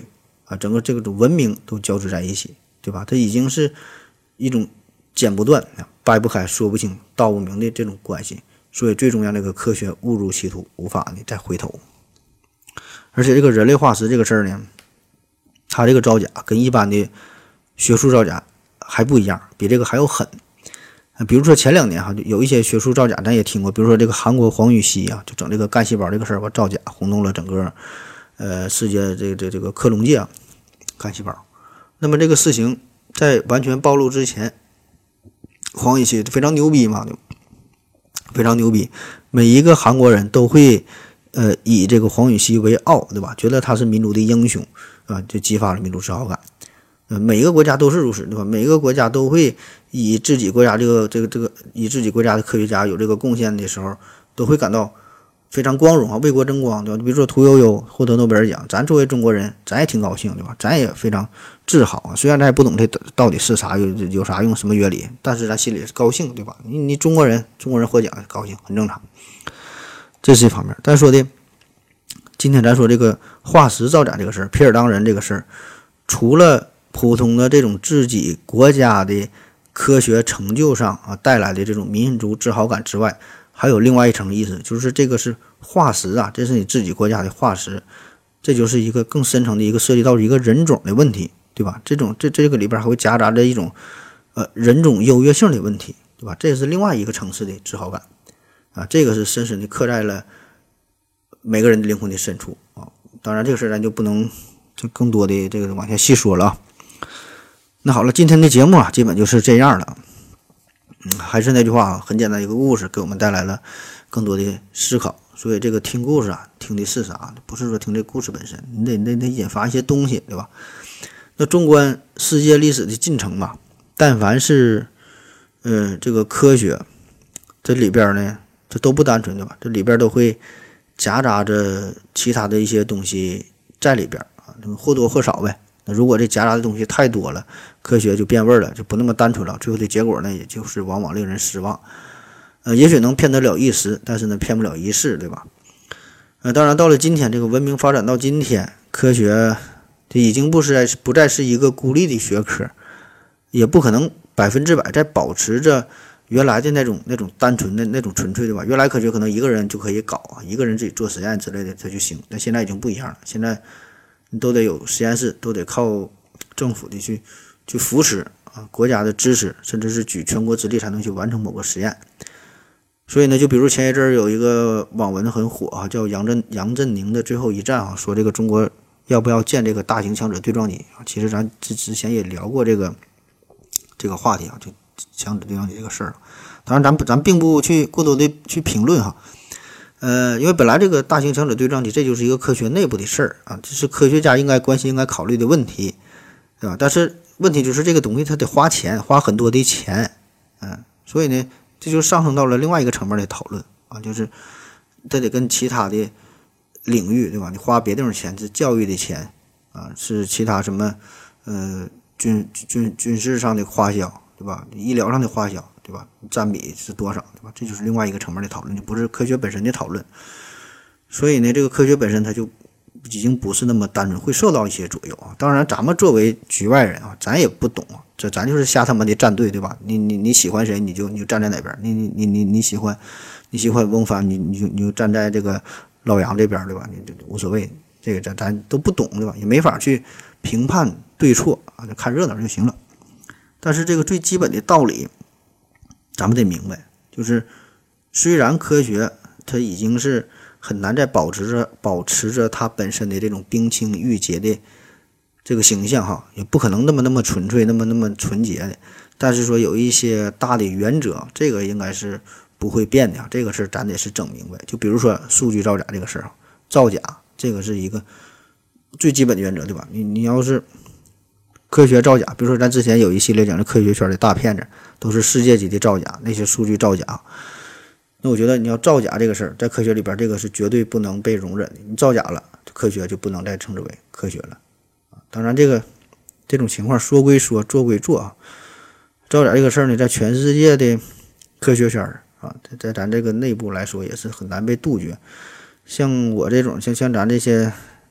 啊，整个这种文明都交织在一起，对吧？它已经是一种剪不断、掰不开、说不清道不明的这种关系。所以最终让这个科学误入歧途，无法呢再回头。而且这个人类化石这个事儿呢，它这个造假跟一般的学术造假还不一样，比这个还要狠。比如说前2年哈，有一些学术造假咱也听过，比如说这个韩国黄禹锡啊，就整这个干细胞这个事儿吧，造假轰动了整个世界这个克隆界啊，干细胞。那么这个事情在完全暴露之前，黄禹锡非常牛逼嘛，非常牛逼，每一个韩国人都会以这个黄禹锡为傲，对吧？觉得他是民族的英雄啊，就激发了民族自豪感。每一个国家都是如此，对吧？每一个国家都会以自己国家以自己国家的科学家有这个贡献的时候，都会感到非常光荣啊，为国争光，对吧？比如说屠呦呦获得诺贝尔奖，咱作为中国人，咱也挺高兴，对吧？咱也非常自豪啊。虽然咱也不懂这到底是啥，有啥用，什么原理，但是咱心里是高兴，对吧？你中国人获奖高兴，很正常。这是一方面。但说的今天咱说这个化石造假这个事儿，皮尔当人这个事儿，除了普通的这种自己国家的科学成就上啊带来的这种民族自豪感之外，还有另外一层意思，就是这个是化石啊，这是你自己国家的化石，这就是一个更深层的一个涉及到一个人种的问题，对吧？这个里边还会夹杂着一种人种优越性的问题，对吧？这是另外一个层次的自豪感啊，这个是深深的刻在了每个人的灵魂的深处啊。当然这个事儿咱就不能就更多的这个往下细说了啊。那好了，今天的节目啊，基本就是这样了。还是那句话啊，很简单一个故事，给我们带来了更多的思考。所以这个听故事啊，听的是啥？不是说听这故事本身，你得引发一些东西，对吧？那纵观世界历史的进程嘛，但凡是这个科学，这里边呢，这都不单纯，对吧？这里边都会夹杂着其他的一些东西在里边啊，或多或少呗。那如果这夹杂的东西太多了，科学就变味了，就不那么单纯了，最后的结果呢，也就是往往令人失望。也许能骗得了一时，但是呢，骗不了一世，对吧？当然到了今天，这个文明发展到今天，科学这已经不再是一个孤立的学科，也不可能100%再保持着原来的那种单纯的那种纯粹，对吧？原来科学可能一个人就可以搞啊，一个人自己做实验之类的它就行，但现在已经不一样了，现在你都得有实验室，都得靠政府的去扶持啊，国家的支持，甚至是举全国之力才能去完成某个实验。所以呢，就比如前一阵儿有一个网文很火啊，叫杨振宁的最后一战啊，说这个中国要不要建这个大型强子对撞机啊？其实咱之前也聊过这个话题啊，就强子对撞机这个事儿。当然咱并不去过多的去评论哈，因为本来这个大型强子对撞机这就是一个科学内部的事儿啊，这是科学家应该关心、应该考虑的问题，对吧？但是问题就是这个东西它得花钱，花很多的钱，所以呢，这就上升到了另外一个层面的讨论啊，就是这得跟其他的领域，对吧？你花别地方钱是教育的钱啊，是其他什么军事上的花销，对吧？医疗上的花销，对吧？占比是多少，对吧？这就是另外一个层面的讨论，就不是科学本身的讨论。所以呢，这个科学本身它就已经不是那么单纯，会受到一些左右啊。当然，咱们作为局外人啊，咱也不懂啊，这咱就是瞎他妈的站队，对吧？你喜欢谁，你就站在哪边？你喜欢翁帆，你就站在这个老杨这边，对吧？你就无所谓，这个咱都不懂，对吧？也没法去评判对错啊，就看热闹就行了。但是这个最基本的道理，咱们得明白，就是虽然科学它已经是很难再保持着它本身的这种冰清玉洁的这个形象哈，也不可能那么纯粹，那么纯洁的。但是说有一些大的原则，这个应该是不会变的，这个事咱得是整明白。就比如说数据造假这个事儿，造假这个是一个最基本的原则，对吧？你要是科学造假，比如说咱之前有一系列讲的科学圈的大骗子，都是世界级的造假，那些数据造假。那我觉得你要造假这个事儿，在科学里边这个是绝对不能被容忍的。你造假了，科学就不能再称之为科学了。当然这种情况说归说，做归做啊。造假这个事儿呢，在全世界的科学圈啊，在咱这个内部来说也是很难被杜绝。像我这种像咱这些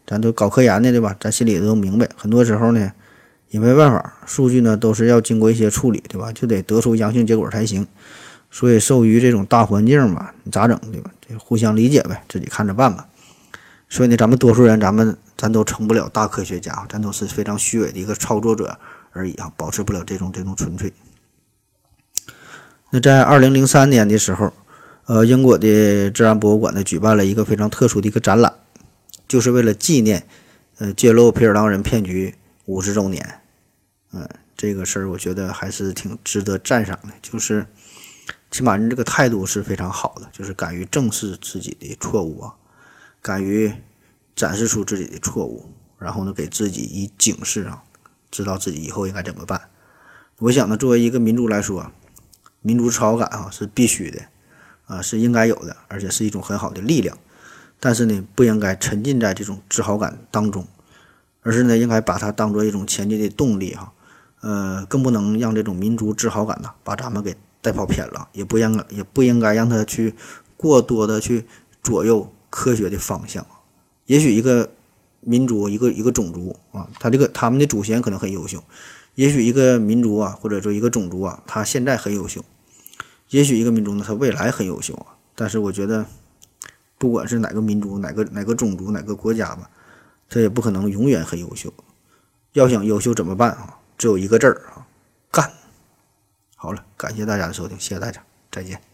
咱都搞科研的对吧？咱心里都明白，很多时候呢也没办法，数据呢都是要经过一些处理对吧？就得得出阳性结果才行。所以受于这种大环境嘛，你咋整对吧？就互相理解呗，自己看着办吧。所以呢，咱们多数人咱都成不了大科学家，咱都是非常虚伪的一个操作者而已啊，保持不了这种纯粹。那在2003年的时候，英国的自然博物馆呢举办了一个非常特殊的一个展览，就是为了纪念揭露皮尔当人骗局50周年。这个事儿我觉得还是挺值得赞赏的，就是起码人这个态度是非常好的，就是敢于正视自己的错误啊，敢于展示出自己的错误，然后呢给自己以警示啊，知道自己以后应该怎么办。我想呢，作为一个民族来说，民族自豪感啊是必须的啊，是应该有的，而且是一种很好的力量。但是呢，不应该沉浸在这种自豪感当中，而是呢应该把它当做一种前进的动力哈。更不能让这种民族自豪感呢把咱们给带跑偏了，也不应该让它去过多的去左右科学的方向。也许一个民族一个种族啊，他们的祖先可能很优秀，也许一个民族啊或者说一个种族啊，他现在很优秀，也许一个民族呢他未来很优秀啊。但是我觉得不管是哪个民族哪个种族哪个国家吧，他也不可能永远很优秀。要想优秀怎么办啊？只有一个字儿啊，干。好了，感谢大家的收听，谢谢大家，再见。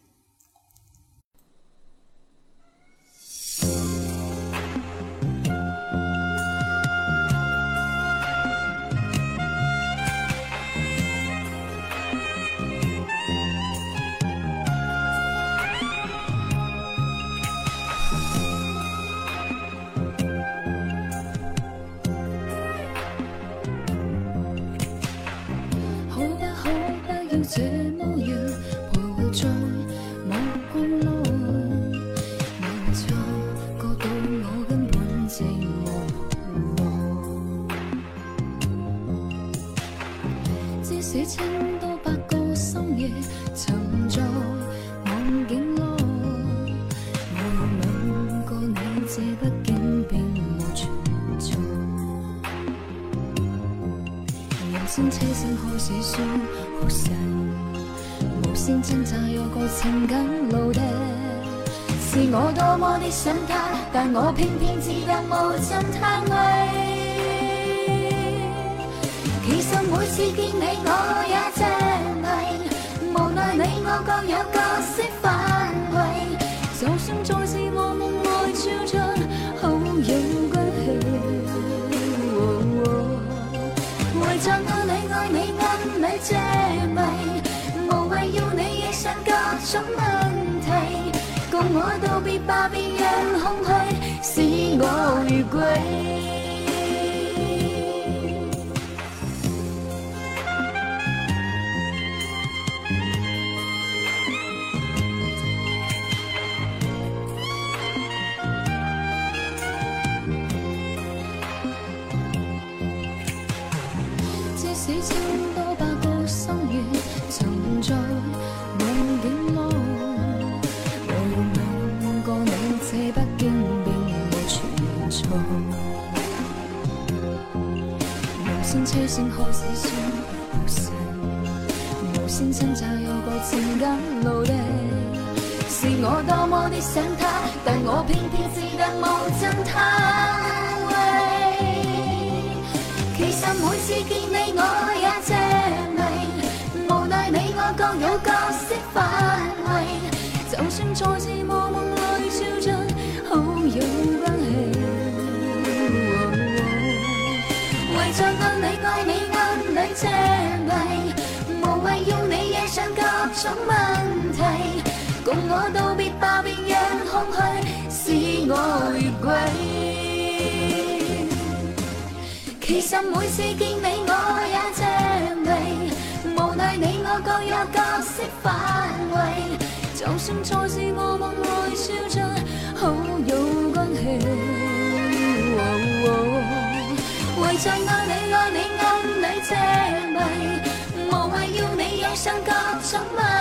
這麼樣徘徊在目光內，沒錯覺到我根本寂寞。即使千多百個深夜曾在夢境內，我兩個你這畢竟並無存在。人生車聲開始酸好細，無聲掙扎有個情感路的，是我多麼的想他，但我偏偏只得無盡嘆謂。其實每次見你我也這迷，無奈你我各有各色範圍，就算在是我夢內照着好友關係。為着愛你跟你這迷，無謂要你惹上各種問題，共我道別吧，別讓空虛使我越軌。即使千多百個深夜曾在夢境內，我兩個你這北京並無存在。無線車聲開始酸好細，無聲掙扎有個情感路的，是我多麼的想他，但我偏偏只得無盡嘆謂。其實每次見你我也這迷，無奈你我各有各色範圍，就算在是我夢內照進好友關係。為着愛你跟你這迷，無謂要你惹上各種問題，共我道別吧，別讓空虛使我越軌。其實每次見你我也這迷，無奈你我各有各色範圍，就算在是我夢內照進好友關係。為着愛你跟你這迷，無謂要你惹上各種問